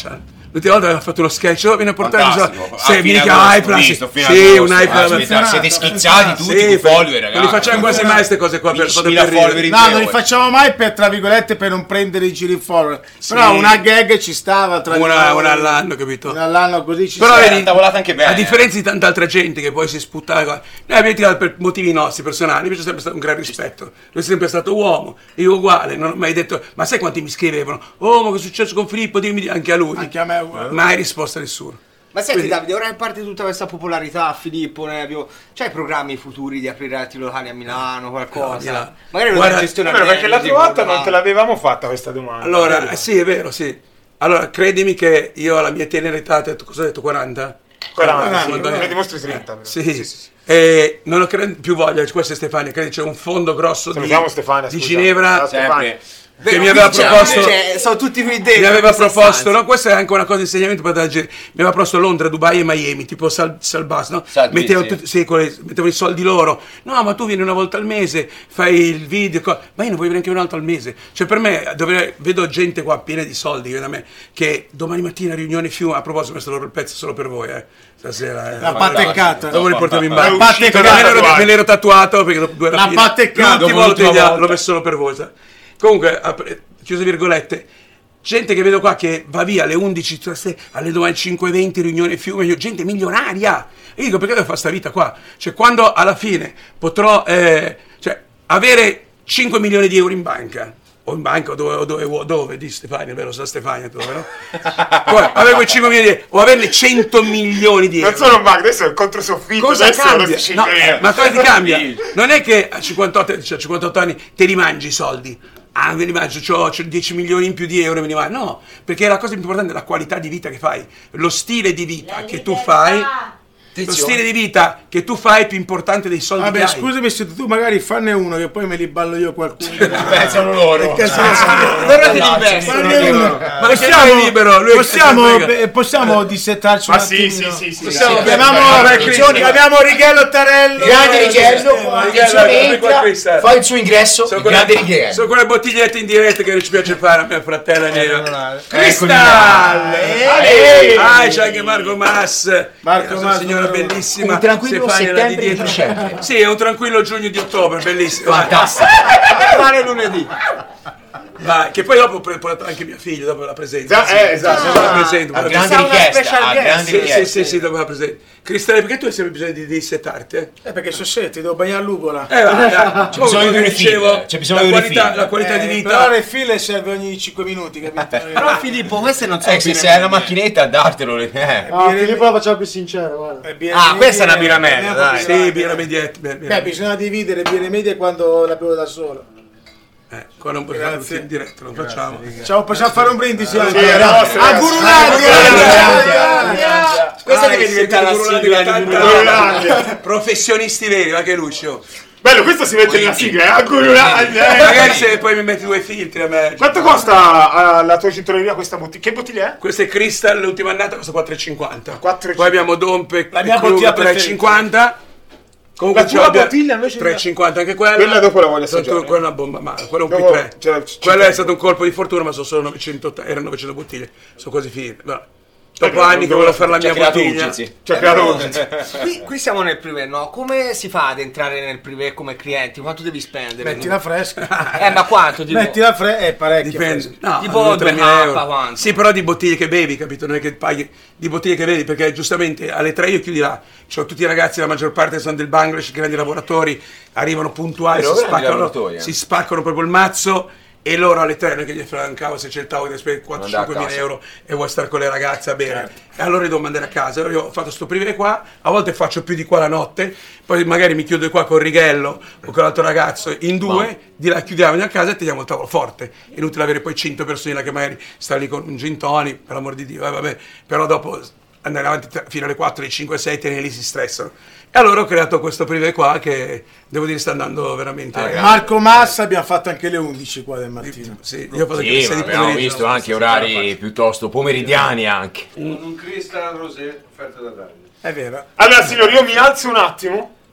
l'ultima volta aveva fatto uno sketch, oh, viene a portare Fantastico. se Ah, vieni fino che ad hype, agosto, sì, visto, fino ad sì, agosto. un hype. Aspetta, siete schizzati tutti Sì, con follower, ragazzi. non li facciamo quasi mai queste cose qua per fare diecimila per ridere. follower in No, tre non li ore. facciamo mai per, tra virgolette, per non prendere i giri follower. Però una gag ci stava tra Una, di noi. una all'anno, capito? Una all'anno così ci Però stava. vedi, tavolata anche bene. a differenza di tanta altra gente che poi si sputta, noi abbiamo tirato per motivi nostri personali, invece è sempre stato un gran rispetto. Lui è sempre stato uomo, io uguale, non ho mai detto, ma sai quanti mi scrivevano? Oh, ma che è successo con Filippo? Dimmi, anche a lui. Anche a me è uguale. Mai risposta a nessuno. Ma senti Quindi- Davide, ora che parte tutta questa popolarità, Filippo, ne abbiamo... c'hai programmi futuri di aprire altri locali a Milano, qualcosa? Milano. Magari non Guarda, è gestione È vero, perché l'altra volta non te la... l'avevamo fatta questa domanda. Allora, eh, sì, è vero, sì. Allora, credimi che io alla mia tenera età, ho detto, cosa ho detto, quaranta? quaranta, sì, quaranta. ne dimostri trenta. però. Sì, E non ho cre- più voglia, questa è Stefania, credi c'è un fondo grosso di, Salutiamo Stefania, di scusa. Ginevra Ciao, Stefania. Sempre. che mi aveva proposto... Cioè, sono tutti qui dentro. Mi aveva in questa proposto, stanza. no? Questa è anche una cosa di insegnamento per la gente. Mi aveva proposto Londra, Dubai e Miami, tipo Sal, Salbas, no? Salvi, Mettevano, sì. tutti- sì, con le- mettevano i soldi loro. No, ma tu vieni una volta al mese, fai il video, co- ma io non voglio neanche un altro al mese. Cioè, per me, dovrei- vedo gente qua piena di soldi, che da me, che domani mattina riunione Fiume, a proposito, ho messo loro il pezzo solo per voi, eh. Stasera, eh. La pateccata. Dopo li portiamo in La bar. pateccata. Perché me l'ero, me l'ero tatuato perché dopo due La rapine- pateccata. l'ultima Dopo volta l'ultima l'ho volta. messo solo per voi, sai. Comunque, apre- chiuse virgolette, gente che vedo qua che va via alle undici, alle domani cinque e venti, riunione Fiume, io, gente milionaria. E io dico, perché devo fare sta vita qua? Cioè, quando alla fine potrò eh, cioè, avere cinque milioni di euro in banca, o in banca, o dove, o dove, o dove, di Stefania, vero, sa Stefania, dove, no? Poi, avere quei cinque milioni di euro, o averne cento milioni di euro. Non sono un bug, adesso è il controsoffitto. Cosa adesso cambia? lo si No, cinque ma cosa ti cambia? Non è che a cinquantotto, cioè a cinquantotto anni te li mangi i soldi. Ah, me li mangio, c'ho, c'ho dieci milioni in più di euro, me li mangio. No, perché la cosa più importante è la qualità di vita che fai, lo stile di vita che tu fai. Lo stile di vita che tu fai è più importante dei soldi Vabbè, che hai. scusami se tu magari fanne uno che poi me li ballo io qualcuno. Pensano loro. Che cazzo ne so? Allora ti diversi. Fanne uno. Ma possiamo, è libero, lui possiamo, che- beh, possiamo dissettarci un Ma sì, attimino? sì, sì, sì. Possiamo- sì. chiamiamo, Vabbè, Cristian. chiamiamo Righello Tarello. Grande Righello, Righello, attenzione, ecco qua, entra, Cristian. fa il suo ingresso, Sono il grande quelle, Righello. sono quelle bottigliette in diretta che non ci piace fare a mia fratella nera. Eccoli Cristal! Eh, Ah, c'è anche Marco Mas, Marco una Mas, signora bravo. bellissima. Un tranquillo Stefania, là di settembre di dietro. dicembre. Sì, è un tranquillo giugno di ottobre, bellissimo. Fantastico. Fare lunedì. Vai, che poi dopo ho portato anche mia figlia, dopo la presento. Già, sì. eh, esatto. Dopo la presento. A poi la grande Sarà una richiesta, special a guest. grande Sì, sì, richiesta. sì, sì, dopo la presento. Cristale, perché tu hai sempre bisogno di, di settarti? Eh, Eh, perché so se ti devo bagnare l'ugola. eh vai, dai. C'è bisogno di un refill, c'è bisogno la di un qualità, refill. la qualità di Eh, vita. però le file serve ogni cinque minuti, capito? Però Filippo, queste non sono Eh, se birre sei alla medie. macchinetta, dartelo. le- Eh. Ah, Filippo la facciamo più sincera, guarda. Eh, birre Ah, medie- questa è una birra media, eh, dai. Sì, birra mediette. birra- birra- Beh, bisogna dividere birre medie quando la bevo da solo. Eh, qua non possiamo Grazie. in diretta, non facciamo. Ciao, possiamo fare un brindisi anche? Sì, la nostra, A ragazzi. Gurulandia! Questa Ah, deve sì, diventare la Gurulandia sigla che di canta- Gurulandia. Professionisti veri, anche Lucio. Bello, questo si mette nella sigla, eh? A Gurulandia, eh. Magari se poi mi metti due filtri a me. Quanto costa eh, la tua cintureria questa bottiglia? Che bottiglia è? Questa è Crystal, l'ultima annata costa quattro e cinquanta. quattro e Poi abbiamo Dompe, La mia Krug, bottiglia tre e cinquanta. Comunque La tua c'è abbia- bottiglia invece tre e cinquanta anche quella. Quella dopo la voglio assaggiare. Quella è una bomba, ma quella è un Dopo, P tre. cioè, ci Quella è tengo. stato un colpo di fortuna, ma sono solo novecento, erano novecento bottiglie. Sono quasi finite. Però, dopo Eh, anni non che volevo dovevo- fare la Ci ha mia creato bottiglia. urgency. Cioè, creato Qui, qui siamo nel privé, no? Come si fa ad entrare nel privé come clienti? Quanto devi spendere? Mettila fresca. Eh, ma quanto? Tipo? Mettila fresca, è parecchio. Dipende. No, Tipo due, due tremila K, euro. quanto? Sì, però di bottiglie che bevi, capito? Non è che paghi di bottiglie che bevi, perché giustamente alle tre io chiudi là. C'ho tutti i ragazzi, la maggior parte sono del Bangladesh, grandi lavoratori, arrivano puntuali, Però si grandi spaccano, lavoratori, eh. si spaccano proprio il mazzo. E loro alle tre non è che gli frega un cavo se c'è il tavolo che spende quattro cinque mila euro e vuoi stare con le ragazze a bere. E allora li devo mandare a casa. Allora io ho fatto sto privé qua, a volte faccio più di qua la notte, poi magari mi chiudo qua con Righello o con l'altro ragazzo in due, di là chiudiamo a casa e teniamo il tavolo forte. È inutile avere poi cento persone là che magari stanno lì con un gin tonic, per l'amor di Dio, eh, vabbè, però dopo andare avanti t- fino alle quattro, alle cinque, sei, te ne lì si stressano. E allora ho creato questo privé qua che devo dire sta andando veramente. Marco Massa abbiamo fatto anche le undici qua del mattino. Sì, io ho fatto anche le Sì, sei ma di abbiamo pomeriggio. visto anche orari piuttosto pomeridiani anche. Un Crystal Rosé offerto da Davide. È vero. Allora, signori, io mi alzo un attimo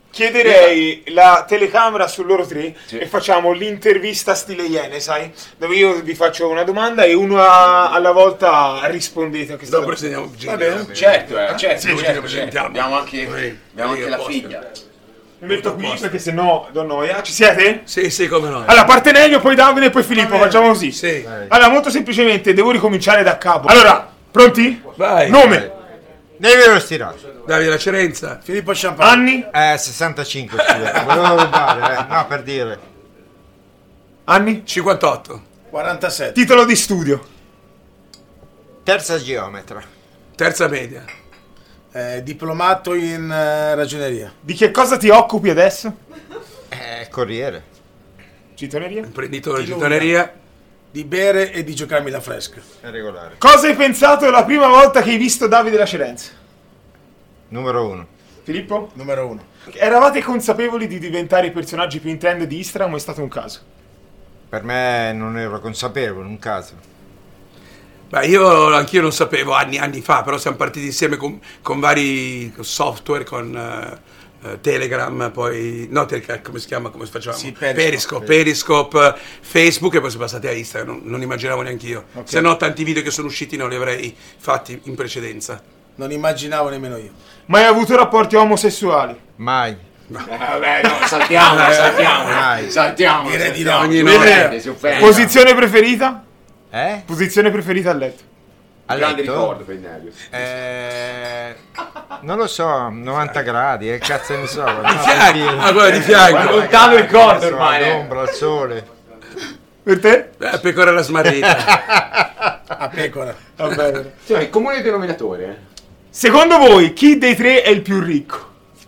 chiederei la telecamera su loro tre Sì. e facciamo l'intervista stile Iene, sai? Dove io vi faccio una domanda e uno a- alla volta rispondete a questa Dopo domanda. presentiamo Va bene. Certo, eh, certo, Sì, certo, ci certo. presentiamo. Abbiamo anche, Sì. abbiamo anche Io la posto. figlia. Mi metto qui perché sennò do noia. Ci siete? Sì, sì, come no. Allora, parte Nevio, poi Davide e poi Filippo, facciamo così. Sì. Allora, molto semplicemente, devo ricominciare da capo. Allora, pronti? Vai. Nome, Devi lo stirato. Davide La Cerenza. Filippo Champagne. anni, Eh, sessantacinque, scusa. Volevo rubare, eh. No, per dire. anni, cinquantotto. quarantasette. titolo di studio, Terza geometra. Terza media. Eh, diplomato in eh, ragioneria. di che cosa ti occupi adesso? Eh, corriere. Gitoneria? Imprenditore di Di gitoneria. Di bere e di giocarmi la fresca. È regolare. Cosa hai pensato la prima volta che hai visto Davide La Cerenza? Numero uno. Filippo? Numero uno. Eravate consapevoli di diventare i personaggi più in trend di Instagram o è stato un caso? Per me non ero consapevole, un caso. Beh, io anch'io non sapevo anni anni fa, però siamo partiti insieme con, con vari software, con eh, eh, Telegram, poi no, Telegram, come si chiama, come facciamo? Sì, Periscope. Periscope, Periscope, eh, Facebook e poi siamo passati a Instagram, non, non immaginavo neanche io. Se no tanti video che sono usciti non li avrei fatti in precedenza. Non immaginavo nemmeno io. Mai avuto rapporti omosessuali? Mai. Eh, vabbè, no, saltiamo, saltiamo. Mai. Saltiamo. Direi di no. saltiamo. Ogni Vedete, notte. si offende. Posizione preferita? Eh? Posizione preferita a letto? A Grande letto? ricordo per il Nevio. Eh, non lo so, novanta gradi, eh, cazzo ne so. Di fianco, ah, guarda, di fianco. Lontano ricordo ormai. eh. L'ombra, al sole. Per te? Eh, pecora la smarrita. A pecora. Va bene. Sì, ma il comune denominatore. eh. Secondo voi, chi dei tre è il più ricco?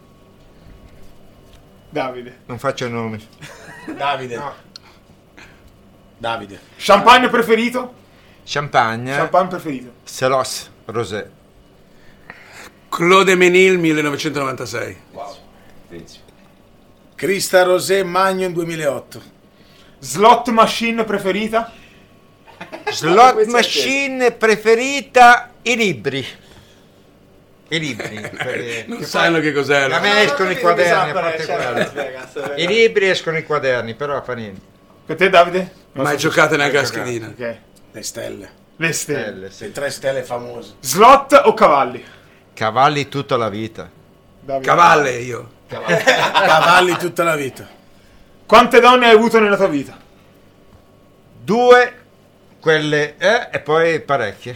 Davide. Non faccio nomi. Davide. Davide. Champagne preferito? Champagne, Champagne preferito. Celos, Rosé. Claude Menil millenovecentonovantasei. Attenzione. Crista Rosé Magno duemilaotto. Slot machine preferita? Slot machine preferita, i libri. I libri. Per- Non che sanno che cos'è. poi- A me escono i quaderni, a parte quello. I libri escono i quaderni, però fa niente. Per te, Davide? Mai giocate neanche a Mai giocato. schedina. Ok. Le stelle. Le stelle. Stelle, sì. Le tre stelle famose. Slot o cavalli? Cavalli tutta la vita. Davide. Cavalle io. Cavalli tutta la vita. Quante donne hai avuto nella tua vita? Due, quelle, eh, e poi parecchie.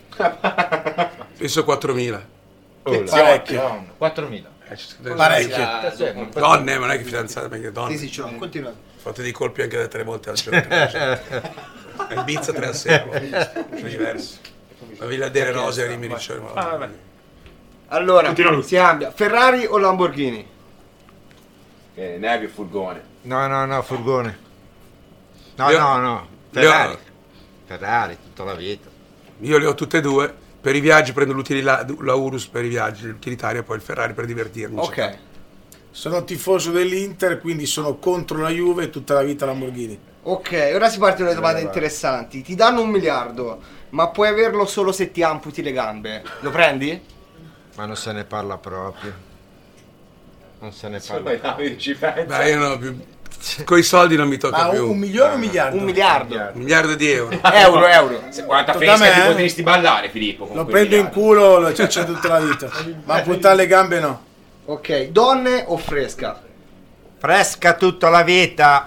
Penso quattromila. Parecchio. quattromila. Parecchio. Donne, ma non è che fidanzate, perché donne. Sì, sì, ce l'ho. Continua. Fate dei colpi anche da tre volte al giorno. A Ibiza tre a sera. Sono diversi. La Villa delle Rose a Rimini dice, ma vabbè. Allora, Continua lui. si cambia. Ferrari o Lamborghini? Eh, Nevio furgone. No, no, no, furgone. No, Io- no, no. io- Ferrari. Ferrari, tutta la vita. Io le ho tutte e due. Per i viaggi prendo l'utilila- la Urus per i viaggi, l'utilitaria e poi il Ferrari per divertirmi. Ok. Sono tifoso dell'Inter, quindi sono contro la Juve e tutta la vita Lamborghini. Ok, ora si partono le domande interessanti. Ti danno un miliardo, ma puoi averlo solo se ti amputi le gambe. Lo prendi? Ma non se ne parla proprio. Non se ne parla. Poi Davide ci pensa. Beh, io no, più... con i soldi non mi tocca Ma un, più. un milione o un miliardo? Un miliardo. Un miliardo di euro. Euro, euro. Se quanta Tocca a fresca me, ti eh? potresti ballare, Filippo. con Lo quel prendo in miliardo. culo, lo c'è tutta la vita. Ma puntare le gambe no. Ok, donne o fresca? Fresca tutta la vita.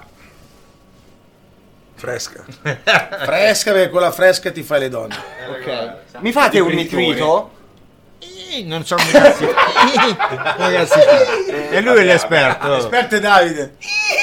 Fresca. Fresca, perché con la fresca ti fai le donne. Ok. Mi fate un nitrito? Ih, non so ragazzi. Ragazzi, e lui è l'esperto. Esperto è Davide.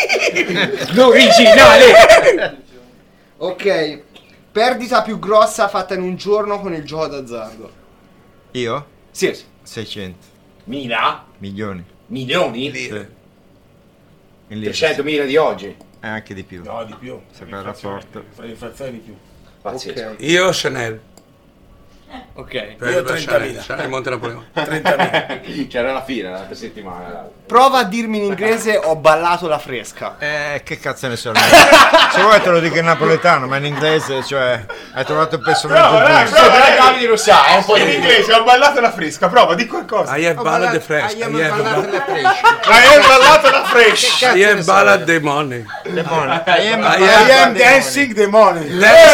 L'originale! Ok. Perdita più grossa fatta in un giorno con il gioco d'azzardo. Io? Sì. seicento Mila? milioni. Milioni? Lire. In lire. trecentomila di oggi. E anche di più. No, di più. Se per il rapporto. Fai l'inflazione di più. Pazzesco. Ok. Io Chanel. Ok. Per Io trentamila. C'era il Monte Napoleone. trentamila. C'era la fine l'altra settimana. Prova a dirmi in inglese ho ballato la fresca. Eh, che cazzo ne so. Se vuoi te lo dico in napoletano, ma in inglese, cioè, hai trovato il personaggio Prova, dai, giusto. prova, dai, Davide lo sa, è un po' in di inglese, ho ballato la fresca, prova, di qualcosa. I have ballad the fresh. I have ballato ballad la fresca. Ma hai ballato la fresca. I have ballad the money. Demone. I am, I am dancing the morning.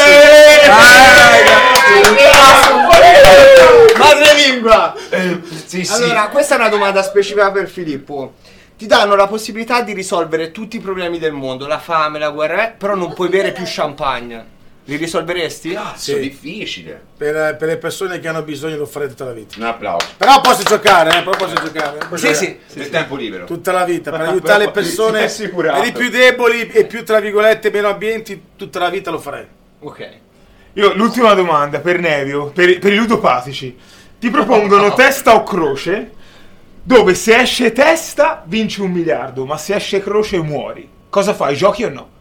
Madrelingua! Sì, sì. Allora, questa è una domanda specifica per Filippo. Ti danno la possibilità di risolvere tutti i problemi del mondo, la fame, la guerra, però non puoi bere più champagne. Li risolveresti? Cazzo, Sì. difficile. Per, per le persone che hanno bisogno lo farei tutta la vita. Un applauso. Però posso giocare, eh? Però posso giocare. Sì, sì. Nel tempo libero. Tutta la vita, per aiutare le persone, assicurato. per i più deboli e più, tra virgolette, meno ambienti, tutta la vita lo farei. Ok. Io l'ultima domanda per Nevio, per, per i ludopatici. Ti propongono testa o croce, dove se esce testa vinci un miliardo, ma se esce croce muori. Cosa fai? Giochi o no?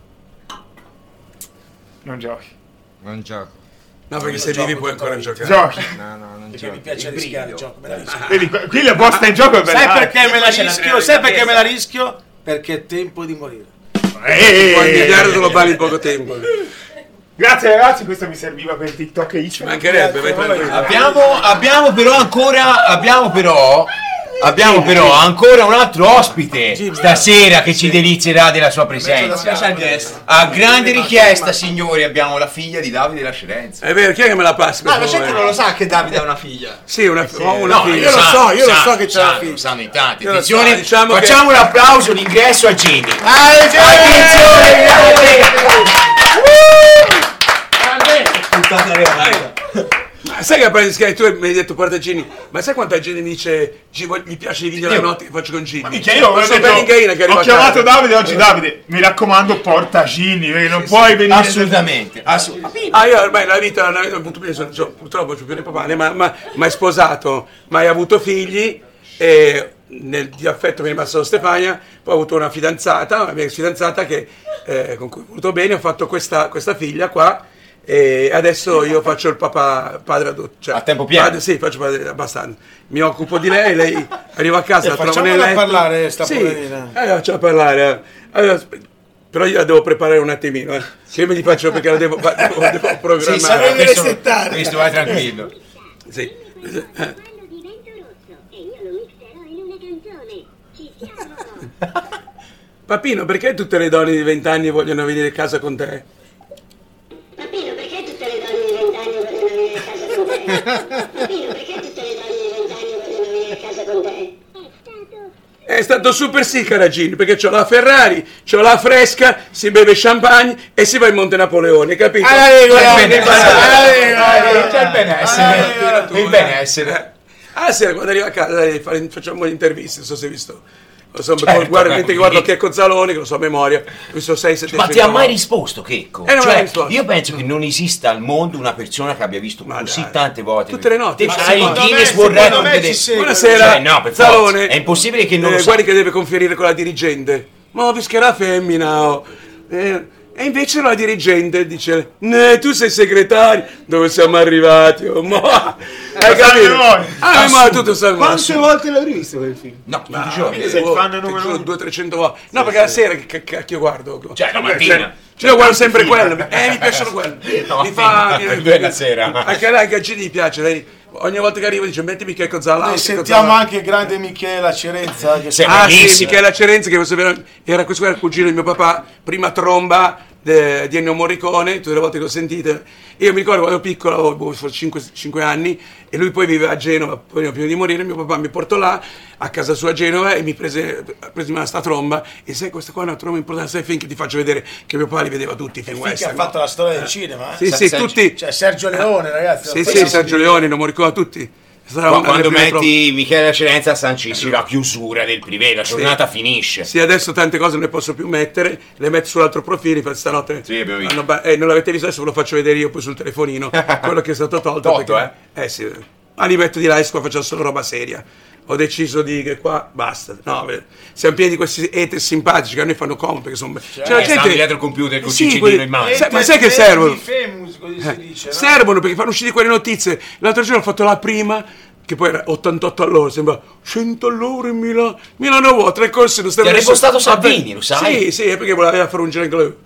Non giochi. Non gioco. No, perché se vivi puoi ancora giocare. Giochi. No, no, non Perché mi gioco. piace rischiare il gioco, me la rischio. Vedi, qui qui la posta in gioco è bella. Sai perché me la ce la rischio? creo Sai in perché me cabeza. la rischio? Perché è tempo di morire. Eh, Poi il miliardo te lo balli in poco tempo. Grazie ragazzi, questo mi serviva per TikTok e Instagram. Mancherebbe, vai tranquillo. Abbiamo, abbiamo però ancora, abbiamo però, abbiamo però ancora un altro ospite stasera che ci delizierà della sua presenza. Special guest. A grande richiesta, signori, abbiamo la figlia di Davide La Scerenza. È vero, chi è che me la passi? per Ah, la gente favore? non lo sa che Davide ha una figlia. Sì, una, ho una No, figlia. io lo so, io lo so che c'è la sanno, figlia. sanno in tanti. Io lo so, Attenzione, diciamo che- facciamo un applauso l'ingresso a Gini. Attenzione, Ma sai che poi tu mi hai detto porta Gini, ma sai quanta gente mi dice "Gi- voglio- gli piace dividere la notte che faccio con Gini? Minchia, io ho, so detto, Bellinghena che arriva ho a chiamato casa. Davide oggi. Davide, mi raccomando, porta Gini, perché non puoi venire. Assolutamente, assolutamente. Ah, io ormai la vita, la vita appunto, sono, sono- purtroppo c'ho più di papà, ma, ma, ma è sposato, mai avuto figli, e nel di affetto mi è rimasto Stefania, poi ho avuto una fidanzata, una mia ex fidanzata che, eh, con cui ho voluto bene, ho fatto questa, questa figlia qua, e adesso io faccio il papà padre adotto, cioè, A tempo pieno? padre- sì, faccio padre abbastanza. Mi occupo di lei, lei arriva a casa, Eh, la trovo facciamola nel letto. parlare, sta sì, poverina. eh, facciamo parlare. Allora, aspe- però io la devo preparare un attimino, eh. Se io me li faccio perché la devo, fa- devo, devo programmare. sarebbe- questo, resettare. questo vai tranquillo. Sì. Eh. Quando divento rosso e io lo mixerò in una canzone. Ci siamo! Papino, perché tutte le donne di vent'anni vogliono venire a casa con te? Papino, perché tutte le donne di vent'anni vogliono venire a casa con te? Papino, perché tutte le donne di vent'anni vogliono venire a casa con te? È stato... È stato super sì, Caragini, perché c'ho la Ferrari, c'ho la fresca, si beve champagne e si va in Monte Napoleone, capito? Alla regola, C'è alla regola. C'è il benessere, il benessere. Ah, sì, quando arriva a casa dai, fare- facciamo le interviste, non so se hai visto. Lo so, Certo, guarda, beh, mentre guardo Checco Zaloni, che lo so a memoria, ho visto sei sette Ma ti ha mai risposto, Checco? Eh, non mi ha Cioè, risposto. io penso che non esista al mondo una persona che abbia visto Ma così dai. tante volte. Tutte le notti. Te Ma hai il secondo Guinness me- World secondo Record me de- ci segue. Buonasera, Cioè, no, per Zalone. forza. È impossibile che non Eh, lo guardi sa. che deve conferire con la dirigente. Ma ho visto che era femmina. Oh. Eh, e invece la dirigente dice: "Ne, tu sei segretario." Dove siamo arrivati? Oh, ma... Hai capito? noi. Ah, ma tutto sa. Quante volte l'hai rivisto quel film? No, tutti i Ah, giorni. sei il fan ti numero giuro, uno. duecento trecento volte. No, perché la sera che che cacchio guardo? Cioè, la mattina. Cioè, io guardo sempre quello. Eh, mi piacciono quello. No, mi fa. no, bella sera. Anche lei, che a Gini piace. Lei, ogni volta che arriva dice: "Mettimi Checco Zalone." Noi sentiamo anche il grande Michela Cerenza che Sì. Ah, sì, Bellissimo. Michela Cerenza, che sapere, era questo qua, il cugino di mio papà, prima tromba de- di Ennio Morricone, tutte le volte che lo sentite. Io mi ricordo quando ero piccolo, avevo cinque anni, e lui poi viveva a Genova, prima, prima di morire, mio papà mi portò là, a casa sua a Genova, e mi prese, prese una sta tromba, e sai, questa qua è una tromba importante, sai, finché ti faccio vedere che mio papà li vedeva tutti i film finché ha western. fatto la storia del cinema. eh. Sì, sì, Sergio- tutti. Cioè Sergio Leone, ragazzi. Sì, non sì, penso- Sergio Leone, Ennio Morricone, tutti. Sarà Qua- una Quando delle prime metti Michele Cerenza sancisci la chiusura del privé, la giornata finisce. Sì, adesso tante cose non le posso più mettere, le metto sull'altro profilo, infatti stanotte Sì, abbiamo visto. hanno ba- eh, non l'avete visto, adesso ve lo faccio vedere io poi sul telefonino, quello che è stato tolto. Tolto, perché, eh? sì, ma li metto di là e qua facciamo solo roba seria. ho deciso di che qua basta. No, beh, siamo pieni di questi hater simpatici che a noi fanno comodo perché sono cioè, cioè, la gente dietro il computer con sì, il quelli... in mano. Sa, ma sai che servono? Famous, così si dice, Eh, no? servono perché fanno uscire quelle notizie. L'altro giorno ho fatto la prima, che poi era ottantotto all'ora, sembra cento all'ora in Milano. Milano vuoi, tre corsi non stiamo. Ti ha ripostato Salvini, lo sai? Sì, sì, perché voleva fare un giro in globo.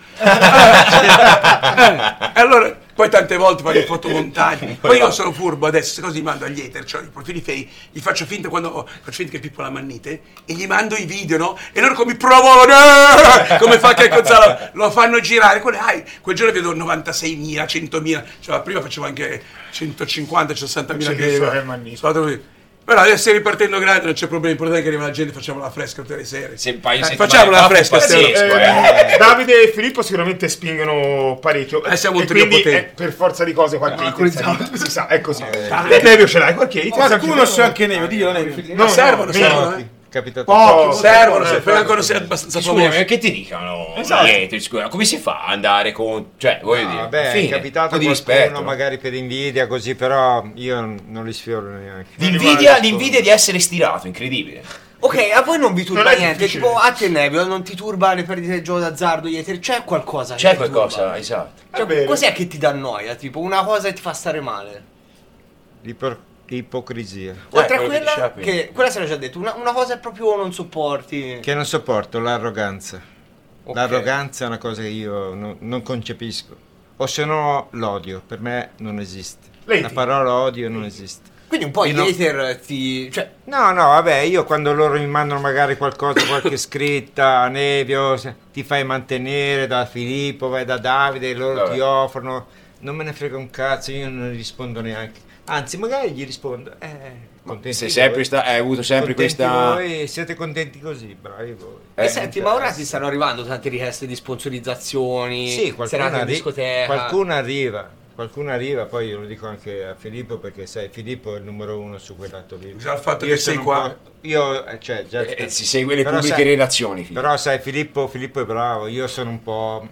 eh, allora, poi tante volte fanno i fotomontaggi. Poi io sono furbo adesso, così mando agli hater, cioè i profili fake, gli faccio finta quando faccio finta che Pippo la mannite e gli mando i video, no? E loro come provano, come fa che Gonzalo, lo fanno girare. Quelle, ai, quel giorno vedo novantaseimila, centomila, cioè prima facevo anche centocinquanta, sessantamila che arriva. Però adesso ripartendo grande non c'è problema, l'importante è che arriva la gente, facciamo la fresca tutte le sere. Se un paio di Eh, facciamo la fresca, pazzesco, Eh, Davide e Filippo sicuramente spingono parecchio. Eh, siamo un e trio quindi potente. eh, per forza di cose qualche alcolizzato. hater si sa, è così. E Nevio ce l'hai qualche hater? Qualcuno so anche Nevio, diglielo Nevio. No, servono, no, servono, no. eh. Capitato Poco, Servono, se eh, fai ancora sei abbastanza Scusami, famoso. che ti dicano? Esatto. Niente, scusa, come si fa ad andare con... Cioè, voglio No, dire, vabbè, fine, è capitato un po' di qualcuno rispetto. magari per invidia così, però io non li sfioro neanche. L'invidia, l'invidia di essere stirato, incredibile. Ok, a voi non vi turba Non è niente, difficile. tipo a te Nevio non ti turba le perdite del gioco d'azzardo, gli hater, c'è qualcosa che C'è ti qualcosa, turba? esatto. Cioè, È vero. cos'è che ti dà noia? Tipo una cosa che ti fa stare male? L'ipo- ipocrisia. Oltre a quello che quella, dice Apri. che quella se l'ho già detto, una, una cosa che proprio non sopporti. Che non sopporto, l'arroganza. Ok. L'arroganza è una cosa che io non, non concepisco. O se no l'odio, per me non esiste. Lei La ti- parola odio non esiste. Quindi un po' Io gli no. hater ti... cioè, No, no, vabbè, io quando loro mi mandano magari qualcosa, qualche scritta, Nevio, se- ti fai mantenere da Filippo, vai da Davide, loro Vabbè. ti offrono, non me ne frega un cazzo, io non rispondo neanche. Anzi, magari gli rispondo, eh, contenti Sei voi. sempre sta, hai avuto sempre Contenti questa... voi, siete contenti così, bravi voi. e Eh, senti, ma ora ti stanno arrivando tante richieste di sponsorizzazioni, Sì, qualcuno, serate in arri- discoteca. qualcuno arriva, qualcuno arriva, poi io lo dico anche a Filippo perché sai, Filippo è il numero uno su quel lato lì. Già il fatto Io che sei sono qua. un po'- Io, eh, cioè, già, Eh, si segue le però pubbliche sai- relazioni, figlio. Però sai, Filippo, Filippo è bravo, io sono un po'...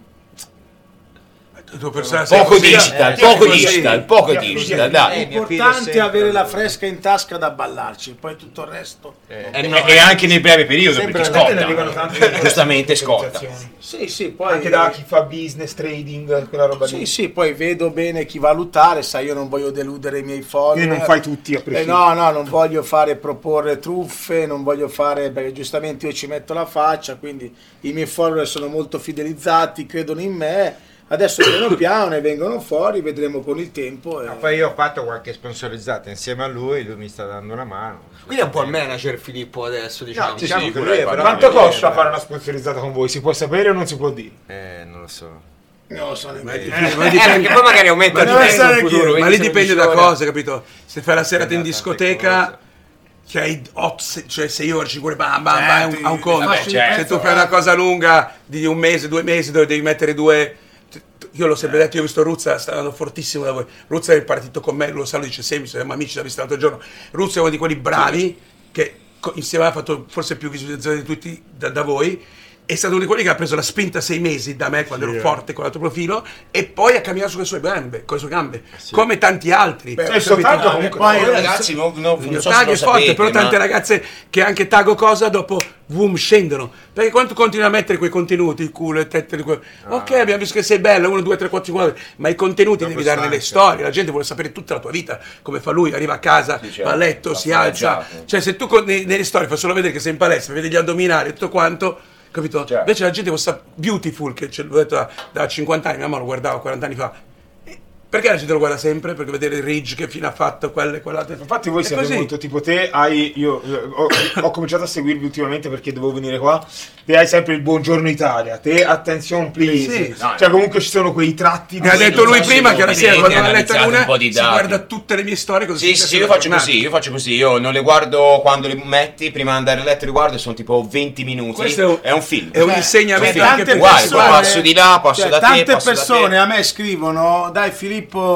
Tu persona sei Poco così, digital, eh, poco così. digital, poco Sì, digital, sì. dai. Eh, mio figlio L'importante è sempre avere la allora. fresca in tasca da ballarci, poi tutto il resto. eh, E, e anche nel breve periodo, Sempre perché a te ne arrivano scotta. tante Giustamente scotta. sponsorizzazioni. Sì, sì, poi Anche da chi fa business, trading, quella roba Sì, lì. sì, poi vedo bene chi valutare, sai, io non voglio deludere i miei follower. Quindi non fai tutti a Eh, prescindere. no, no, non voglio fare proporre truffe, non voglio fare, perché giustamente io ci metto la faccia, quindi i miei follower sono molto fidelizzati, credono in me. Adesso piano piano ne vengono fuori, vedremo con il tempo. E... ma poi io ho fatto qualche sponsorizzata insieme a lui, lui mi sta dando una mano. Quindi è un po' il manager Filippo adesso, diciamo. No, diciamo sì, che quello lui è è bravo. Quanto Bravo, costa eh, fare una sponsorizzata con voi? Si può sapere o non si può dire? Eh, non lo so. No, sono Ma in dipende, ma Eh, dipende- perché poi magari aumenta Ma di deve tempo essere in futuro. chiaro. quindi ma lì se dipende non da ci cosa, capito? Se fai la serata in Tante discoteca, cose. che hai otto, se- cioè sei ore, cinque ore, bam, bam, bam, è un- ha un conto. Vabbè, certo. Se tu fai una cosa lunga di un mese, due mesi, dove devi mettere due... Io l'ho sempre detto, io ho visto Ruzza, sta andando fortissimo da voi. Ruzza è partito con me, lui lo sa, lo dice sempre, siamo amici, l'ha visto l'altro giorno. Ruzza è uno di quelli bravi, che co- insieme ha fatto forse più visualizzazioni di tutti da, da voi. È stato uno di quelli che ha preso la spinta sei mesi da me quando ero forte con l'altro profilo e poi ha camminato sulle sue gambe, con le sue gambe, come tanti altri. Cioè, il suo Capito? taglio comunque... poi- Voi ragazzi non, non, Il non mio so se tag lo è forte, sapete, però tante ma- ragazze che anche tago cosa dopo boom scendono. Perché quando tu continui a mettere quei contenuti, il culo, le tette, le que- ok, abbiamo visto che sei bella, uno, due, tre, quattro, cinque, ma i contenuti Dopo devi darne le stanca. storie, la gente vuole sapere tutta la tua vita, come fa lui, arriva a casa, Sì, certo, va a letto, va si alza. foraggiato. Cioè se tu con- ne- nelle storie fai solo vedere che sei in palestra, vedi gli addominali e tutto quanto, capito? Certo. Invece la gente vuole sapere Beautiful, che ce l'ho detto da, da cinquanta anni, mia mamma lo guardava quaranta anni fa. E perché la gente lo guarda sempre? Perché vedere il Ridge che fine ha fatto, quelle e quell'altra. Infatti voi È siete così. molto tipo te, hai, io eh, ho, ho cominciato a seguirvi ultimamente perché dovevo venire qua, te hai sempre il buongiorno Italia, te attenzione please, Sì. cioè comunque ci sono quei tratti... Mi ha di- detto lui prima che alla sera Vedete, quando l'ha letta analizzate una un po' di si dati. guarda tutte le mie storie così. Sì, sì, sì, io faccio così, io faccio così, io non le guardo quando le metti, prima di andare a letto le guardo e sono tipo venti minuti, Questo è un- è un film. È un Cioè, insegnamento cioè, anche tante per uguale, persone- poi passo di là, passo cioè, da te, tante passo da persone te. a me scrivono, dai Filippo,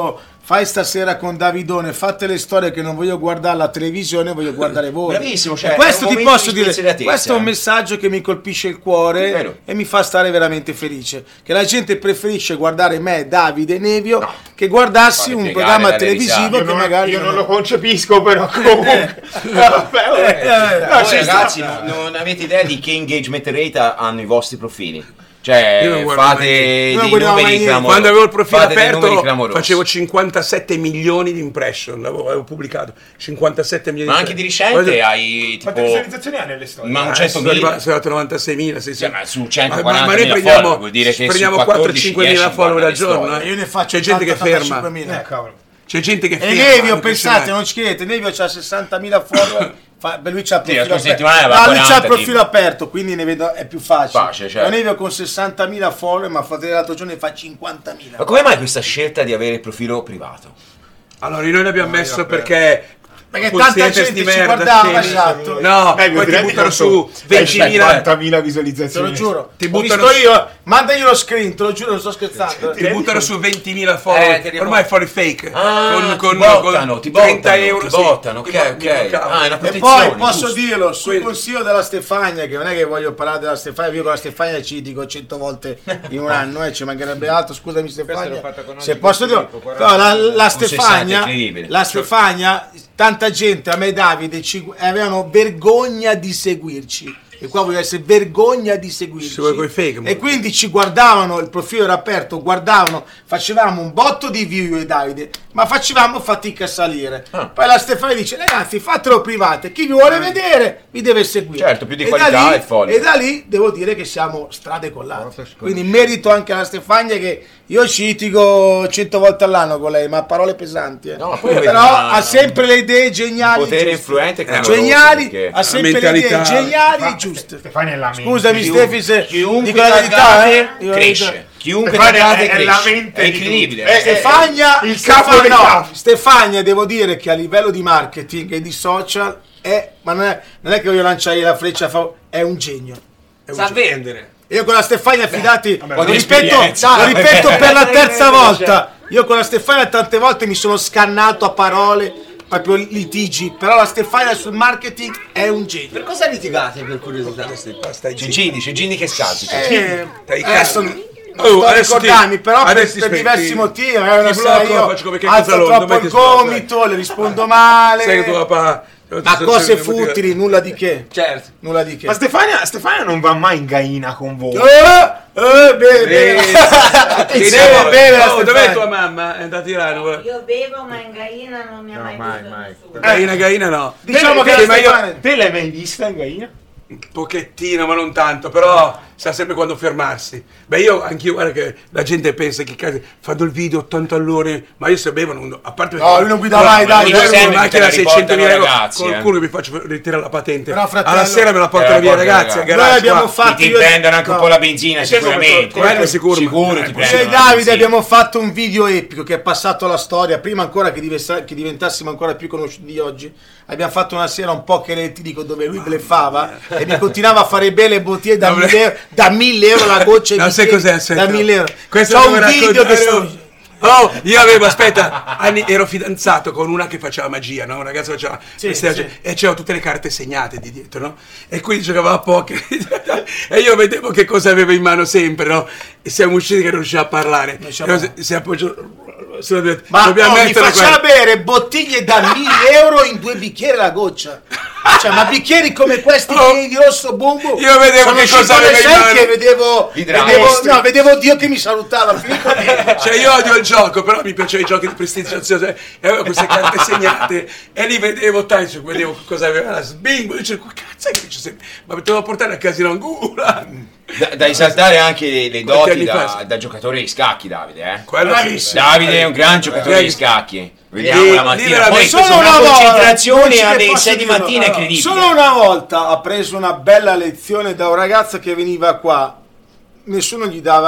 fai stasera con Davidone, fate le storie che non voglio guardare la televisione, voglio guardare voi. Bravissimo, cioè, e questo è un ti momento posso di dire, spensieratezza. questo è un messaggio che mi colpisce il cuore Vero. e mi fa stare veramente felice, che la gente preferisce guardare me, Davide, Nevio, no. che guardarsi Fare un piegare programma dalle televisivo risate. che Io non, magari io non lo concepisco, però comunque. Vabbè, vabbè. Eh, No, Voi ci ragazzi sta. non, non avete idea di che engagement rate hanno i vostri profili. Cioè, Io non guardo mai fate niente. Io non dei guardavo mai numeri niente. clamorosi. Quando avevo il profilo Fate dei numeri aperto clamorosi. facevo cinquantasette milioni di impression, l'avevo, avevo pubblicato cinquantasette milioni Ma anche di recente Guarda- hai Quante tipo visualizzazioni ha nelle storie? ma un Eh, sono centomila. arrivato, sono arrivato a novantaseimila, sì, sì. Cioè, ma su Ma- centoquarantamila ma noi follower, prendiamo, vuol dire che prendiamo su quattro quattordici cinquemila riesci a follower al guardare le giorno. storie. io ne faccio C'è gente che ferma. ottantacinquemila. Eh, cavolo. C'è gente che E ferma. Nevio, non pensate, capisce mai. non ci credete, Nevio ha sessantamila follower, fa, beh, lui c'ha il Sì, la profilo scorsa aperto. settimana aveva No, lui c'ha il quaranta, profilo tipo. aperto, quindi ne vedo, è più facile. Facile, certo. Ma Nevio con sessantamila follower, ma fratello l'altro giorno ne fa cinquantamila. Ma come mai questa scelta di avere il profilo privato? Allora, noi l'abbiamo messo perché... Perché con tanta siete gente sti ci merda, guardava, scemi. esatto. No, Eh, vi poi ti rendi buttano conto? su Eh, ventimila. cinquantamila Te visualizzazioni. lo giuro. Ti Ho buttano visto su- io, mandagli lo screen, te lo giuro, non sto scherzando. Ti buttano su ventimila follower. Eh, ti ricordo. Ormai fuori fake. Ah, con, ti con, bottano, con ti trenta bottano, euro. ti sì. bottano, Ti ok, bo- ok. mi bloccavo. Ah, è una E protezione. poi posso giusto. dirlo, sul Quindi- consiglio della Stefania, che non è che voglio parlare della Stefania, io con la Stefania ci dico cento volte in un anno, eh, ci mancherebbe altro, scusami Stefania, l'ho fatta con se oggi posso con dire, Filippo, però la, la sessanta, Stefania, incredibile. la Stefania, tanta gente, a me e Davide, ci, avevano vergogna di seguirci. E qua voglio essere vergogna di seguirci. Si vuole coi fake, e molto. quindi ci guardavano, il profilo era aperto, guardavano, facevamo un botto di view io e Davide, ma facevamo fatica a salire. Ah. Poi la Stefania dice, ragazzi, fatelo private, chi vi vuole vedere vi deve seguire. Certo, più di E qualità da lì- e follower. E da lì devo dire che siamo strade collate. Quindi merito anche alla Stefania, che io ci litigo cento volte all'anno con lei, ma a parole pesanti. eh. No, ma poi avete Però una- ha sempre le idee geniali. Potere giuste. influente e Eh, clamoroso, geniali, perché- ha sempre le idee mentalità. geniali e Ma- giuste. Stefania è la mente. Scusami Chiunque- Stefi se chiunque dico la verità, eh. Dico la cresce. verità. Chiunque Stefania tagliate è la cresce. mente È di incredibile. tutti. Eh, Stefania, il Stefania, capo dei no, capi. Stefania, devo dire che a livello di marketing e di social è, ma non è, non è che voglio lanciare la freccia, a favore, è un genio. È un Sa genio. vendere. Io con la Stefania, fidati, vabbè, lo di ripeto, esperienza. lo ripeto per la terza Cioè. volta. Io con la Stefania tante volte mi sono scannato a parole, proprio litigi, però la Stefania sul marketing è un genio. Per cosa litigate, per curiosità? Stai C'è Gini, c'è Gini che scalza. Eh, Stai adesso calmo. non Oh, sto adesso ricordarmi, ti- però per, adesso ti per spegni. diversi motivi, magari una Ti sera blocco, io faccio come che alzo Casalò, troppo dov'è il che sto? gomito, le rispondo male, Sai che tuo papà... ma cose futili, nulla di che, Certo. nulla di che. Ma Stefania, Stefania non va mai in gaina con voi. Eh, eh, bene, bene. Attenzione, Oh, bene la dov'è Stefania. tua mamma? È andata a Tirano. Io bevo, ma in gaina non mi ha mai, mai, preso mai. nessuno. Gaina, gaina no. Diciamo Te- che te- la ma io- Stefania- te l'hai mai vista in gaina? Un pochettino, ma non tanto, però sa sempre quando fermarsi. Beh, io anch'io, guarda che la gente pensa che cazzo, fanno il video ottanta all'ore, ma io se bevo non, a parte No, lui non guida mai, dai, io dai, sono in lui macchina a te la riportano seicentomila euro ragazzi, col eh. culo che mi faccio ritirare la patente. Però, fratello, alla sera me la portano te la via i portano ragazzi al via. garage Noi abbiamo qua. fatto Ti io- prendono anche no. un po' la benzina E te come- sicuramente. quello sicuro, Sicuro ma- ti eh, prendono Io e la Davide benzina. abbiamo fatto un video epico che è passato alla storia, prima ancora che, divessa- che diventassimo ancora più conosciuti di oggi. Abbiamo fatto una sera un po' che ti dico dove lui bleffava e mi continuava a fare belle bottiglie da No, mille euro, da mille euro la goccia e No, sai bicchieri, cos'è? Aspetta. da mille euro. Questo C'ho devo un video che raccontare- sto... Oh, io avevo, aspetta, anni, ero fidanzato con una che faceva magia, no? Un ragazzo che faceva Sì, queste- sì. e c'erano tutte le carte segnate di dietro, no? E quindi giocava a poker e io vedevo che cosa aveva in mano sempre, no? E siamo usciti che non riusciva a parlare. Non E riusciva a si, si appoggiò. se- Ma dobbiamo no, mi mettere faceva quello. bere bottiglie da mille euro in due bicchieri la goccia. Cioè, ma bicchieri come questi Oh, di rosso bumbo. io vedevo Sono che uscito cosa alle aveva in sei mano. che vedevo, Idraulici. vedevo, no, vedevo Dio che mi salutava. Filippo, Cioè io odio il gioco, però mi piacevano i giochi di prestigitazione e avevo queste carte segnate e li vedevo tanto, vedevo cosa aveva la sbingo, dicevo, cazzo che dice sempre, ma te lo devo portare a Casino Angula. Da, da esaltare anche le, le Quanti doti anni da, fa? da giocatore di scacchi, Davide. Eh? Quello sì. Bravissimo. Davide è un gran giocatore Eh, di scacchi. Vediamo lì- la lì mattina. veramente Poi solo sono una una volta, concentrazione non ci alle posso sei di dirlo. mattina incredibile. Solo una volta ha preso una bella lezione da un ragazzo che veniva qua, nessuno gli dava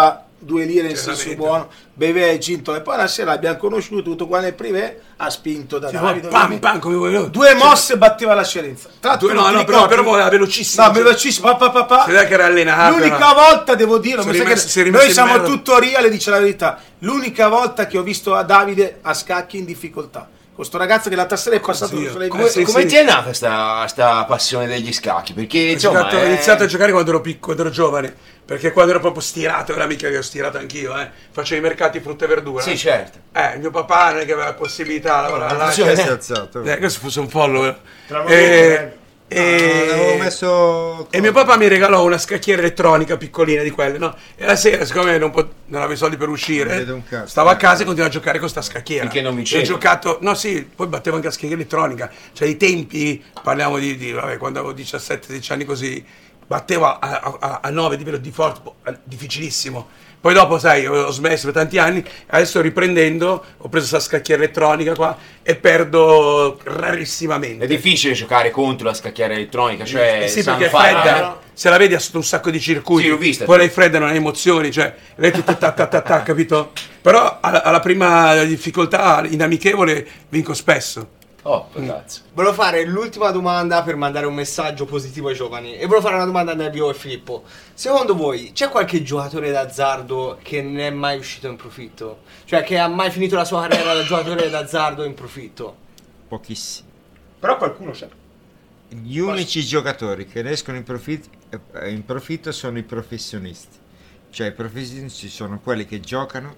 due lire in senso Certamente. buono, beveva il gin tonic, poi una sera l'abbiamo conosciuto tutto qua nel privé, ha spinto da Sì, Davide, pam ovviamente. pam come vuoi tu. due mosse batteva la scerenza. Tra l'altro Due- non no, ti no, però, ricordi? però era velocissimo. No, velocissimo, pa, pa, pa, pa. Si vede che era allenato. L'unica era- volta, devo dire, Si è mi sa che rimesso- si è rimesso noi in siamo merda. tutto reale, dice la verità. L'unica volta che ho visto a Davide a scacchi in difficoltà. Questo ragazzo che l'altra sera è passato Dio. sulle Come, sì, come sì. ti è nata sta, sta passione degli scacchi? Perché Ho, insomma giocato- ho è- iniziato a giocare quando ero piccolo, quando ero giovane, perché quando ero proprio stirato, era mica che ho stirato anch'io, eh. Facevo i mercati frutta e verdura. Sì, certo. Eh, mio papà non è che aveva possibilità di lavorare là. Si è cioè- alzato. Eh, questo fosse un follower. Tra l'altro, E, Ah, l'avevo e, messo e mio papà mi regalò una scacchiera elettronica piccolina di quelle, no? E la sera, siccome non, pot- non avevo i soldi per Non uscire, vedo un cazzo. stavo a casa e continuavo a giocare con sta scacchiera. Finché non E vincevi. ho giocato, no sì, poi battevo anche a scacchiera elettronica. Cioè i tempi, parliamo di, di vabbè, quando avevo diciassette sedici anni così, battevo a, a, a, a nove di livello di forte, boh, eh, difficilissimo. Poi dopo, sai, ho smesso per tanti anni, adesso riprendendo, ho preso questa scacchiera elettronica qua e perdo rarissimamente. È difficile giocare contro la scacchiera elettronica, cioè Eh sì, sanno perché è fare, fredda, eh? se la vedi ha sotto un sacco di circuiti, Sì, l'ho vista, poi sì. lei fredda non ha emozioni, cioè lei tutto ta ta ta ta, capito? Però alla, alla prima difficoltà in amichevole vinco spesso. Oh, cazzo. Volevo fare l'ultima domanda per mandare un messaggio positivo ai giovani. E volevo fare una domanda a Nevio e Filippo. Secondo voi c'è qualche giocatore d'azzardo che non è mai uscito in profitto? Cioè che ha mai finito la sua carriera da giocatore d'azzardo in profitto? pochissimi. Però qualcuno c'è. Gli unici giocatori che ne escono in profitto, eh, in profitto sono i professionisti. Cioè i professionisti sono quelli che giocano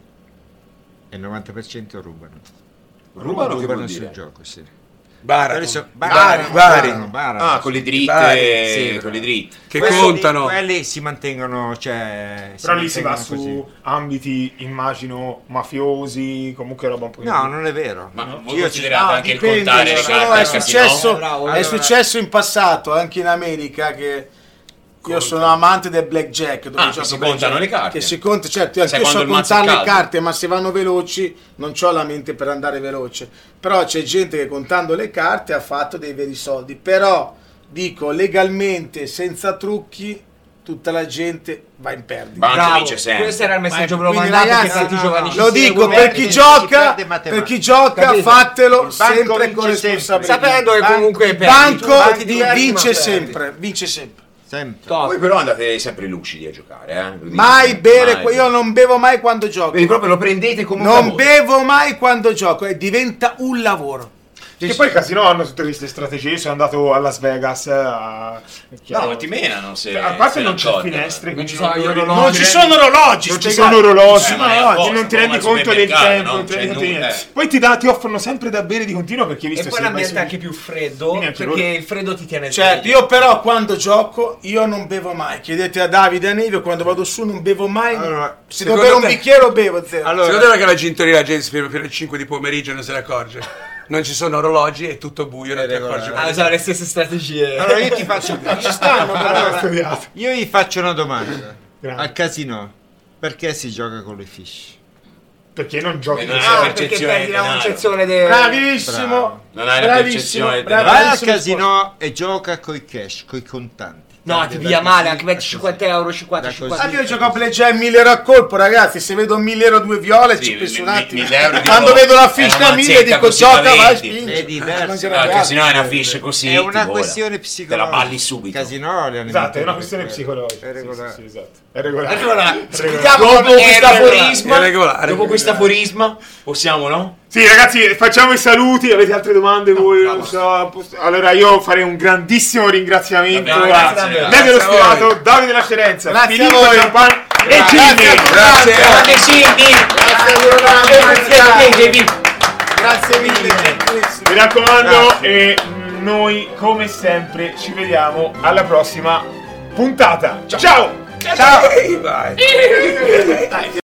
e il novanta per cento rubano. Rubano che vuol sul dire? gioco, sì. Bara, Quelli sono- Bari, barano, Bari. barano, barano. Ah, con le dritte, Bari, sì, con le dritte. che Quelli- contano. Quelli si mantengono, cioè... Però lì si va mantengono su così. ambiti, immagino, mafiosi, comunque roba un po' No, non è vero. Ma No. voi Io considerate No, anche il dipende, contare le solo carte è al casino? successo, Bravo, è allora- successo in passato anche in America che io sono amante del blackjack dove Ah, gioco che si blackjack, contano le carte. che si conta, certo, Sai io so quando il mazzo è contare le caldo. carte, ma se vanno veloci non ho la mente per andare veloce, però c'è gente che contando le carte ha fatto dei veri soldi, però dico legalmente senza trucchi tutta la gente va in perdita. Banco Bravo, vince sempre. questo era il messaggio che volevo Quindi, mandare perché ragazzi, tanti no, giovani no, ci Lo dico seguono. per chi si gioca, perde matematica. per chi gioca, Capito? fatelo Il banco sempre vince con sempre. responsabilità. Sapendo che comunque il perdi, banco banchi diversi, vince ma perdi. sempre, vince sempre. Sempre. Top. Voi però andate sempre lucidi a giocare, eh? Lo dico. Mai bere, Mai. io non bevo mai quando gioco. Quindi proprio lo prendete come un Non lavoro. bevo mai quando gioco e diventa un lavoro. Che poi i casino hanno tutte queste strategie. Io sono andato a Las Vegas a... è chiaro. No, ma ti menano se... A parte se non ne c'è accorgono. finestre, Non ci quindi sono gli non- orologi. Non ci sono orologi, Non ci spiegate. sono orologi, Eh, ma è no, apposta, non ti rendi come al conto del supermercato, tempo, no? non ti rendi Cioè, conto di non- niente. eh. Poi ti, dà, ti offrono sempre da bere di continuo perché hai visto E poi se vai l'ambiente è su- anche più freddo Quindi anche perché loro- il freddo ti tiene Certo, sveglio. io però quando gioco io non bevo mai. Chiedete a Davide e a Nevio, quando vado su non bevo mai. Allora, se devo secondo bere un te- bicchiere bevo zero. Allora, Secondo te che la gintoria la gente si ferma fino alle cinque di pomeriggio e non se ne accorge? Non ci sono orologi, è tutto buio, non ti accorgi Ah, mai. usare le stesse strategie. allora io ti faccio, Ci stanno, allora, studiato. io gli faccio una domanda. Grande. Al casino, perché si gioca con le fish? Perché non giochi Eh, non con- c'è Ah, percezione perché del perdi la denaro. concezione de... Bravissimo. Bravo. Non hai la bravissimo, percezione del bra- denaro. Vai al bravissimo casino e gioca coi cash, coi contanti. No, ti via male, anche metti cinquanta euro, cinquanta, Da così. cinquanta. Ah, io gioco a blackjack mille euro a colpo, ragazzi. Se vedo mille euro due viole, Sì, ci penso un mi- attimo. mille euro, dico, Quando vedo la è fish una da mille, mazzetta dico così gioca, da vai, venti. spingi. È diverso. Non c'è Ah, da che se no è una fare. fish così. È una tipo, questione ora. psicologica. Te la balli subito. Casino, Esatto, è una questione psicologica. È regolare. Sì, sì, sì, esatto. È regolare. Allora, È regolare. spieghiamo Dopo come è questa regolare. aforisma, È regolare. dopo questa aforisma, possiamo, no? Sì, ragazzi, facciamo i saluti. Avete altre domande voi? Non so. poss- Allora, io farei un grandissimo ringraziamento Vabbè, a grazie, grazie. Nevio Lo Grazie a voi. Spirato, Davide La Scerenza, Grazie Filippo a voi. Giampan e Jimmy. Grazie. Grande Silvi! Grazie, Jimmy! Grazie mille, gentilissimo. Mi raccomando, e noi, come sempre, ci vediamo alla prossima puntata. Ciao! Ciao! Vai.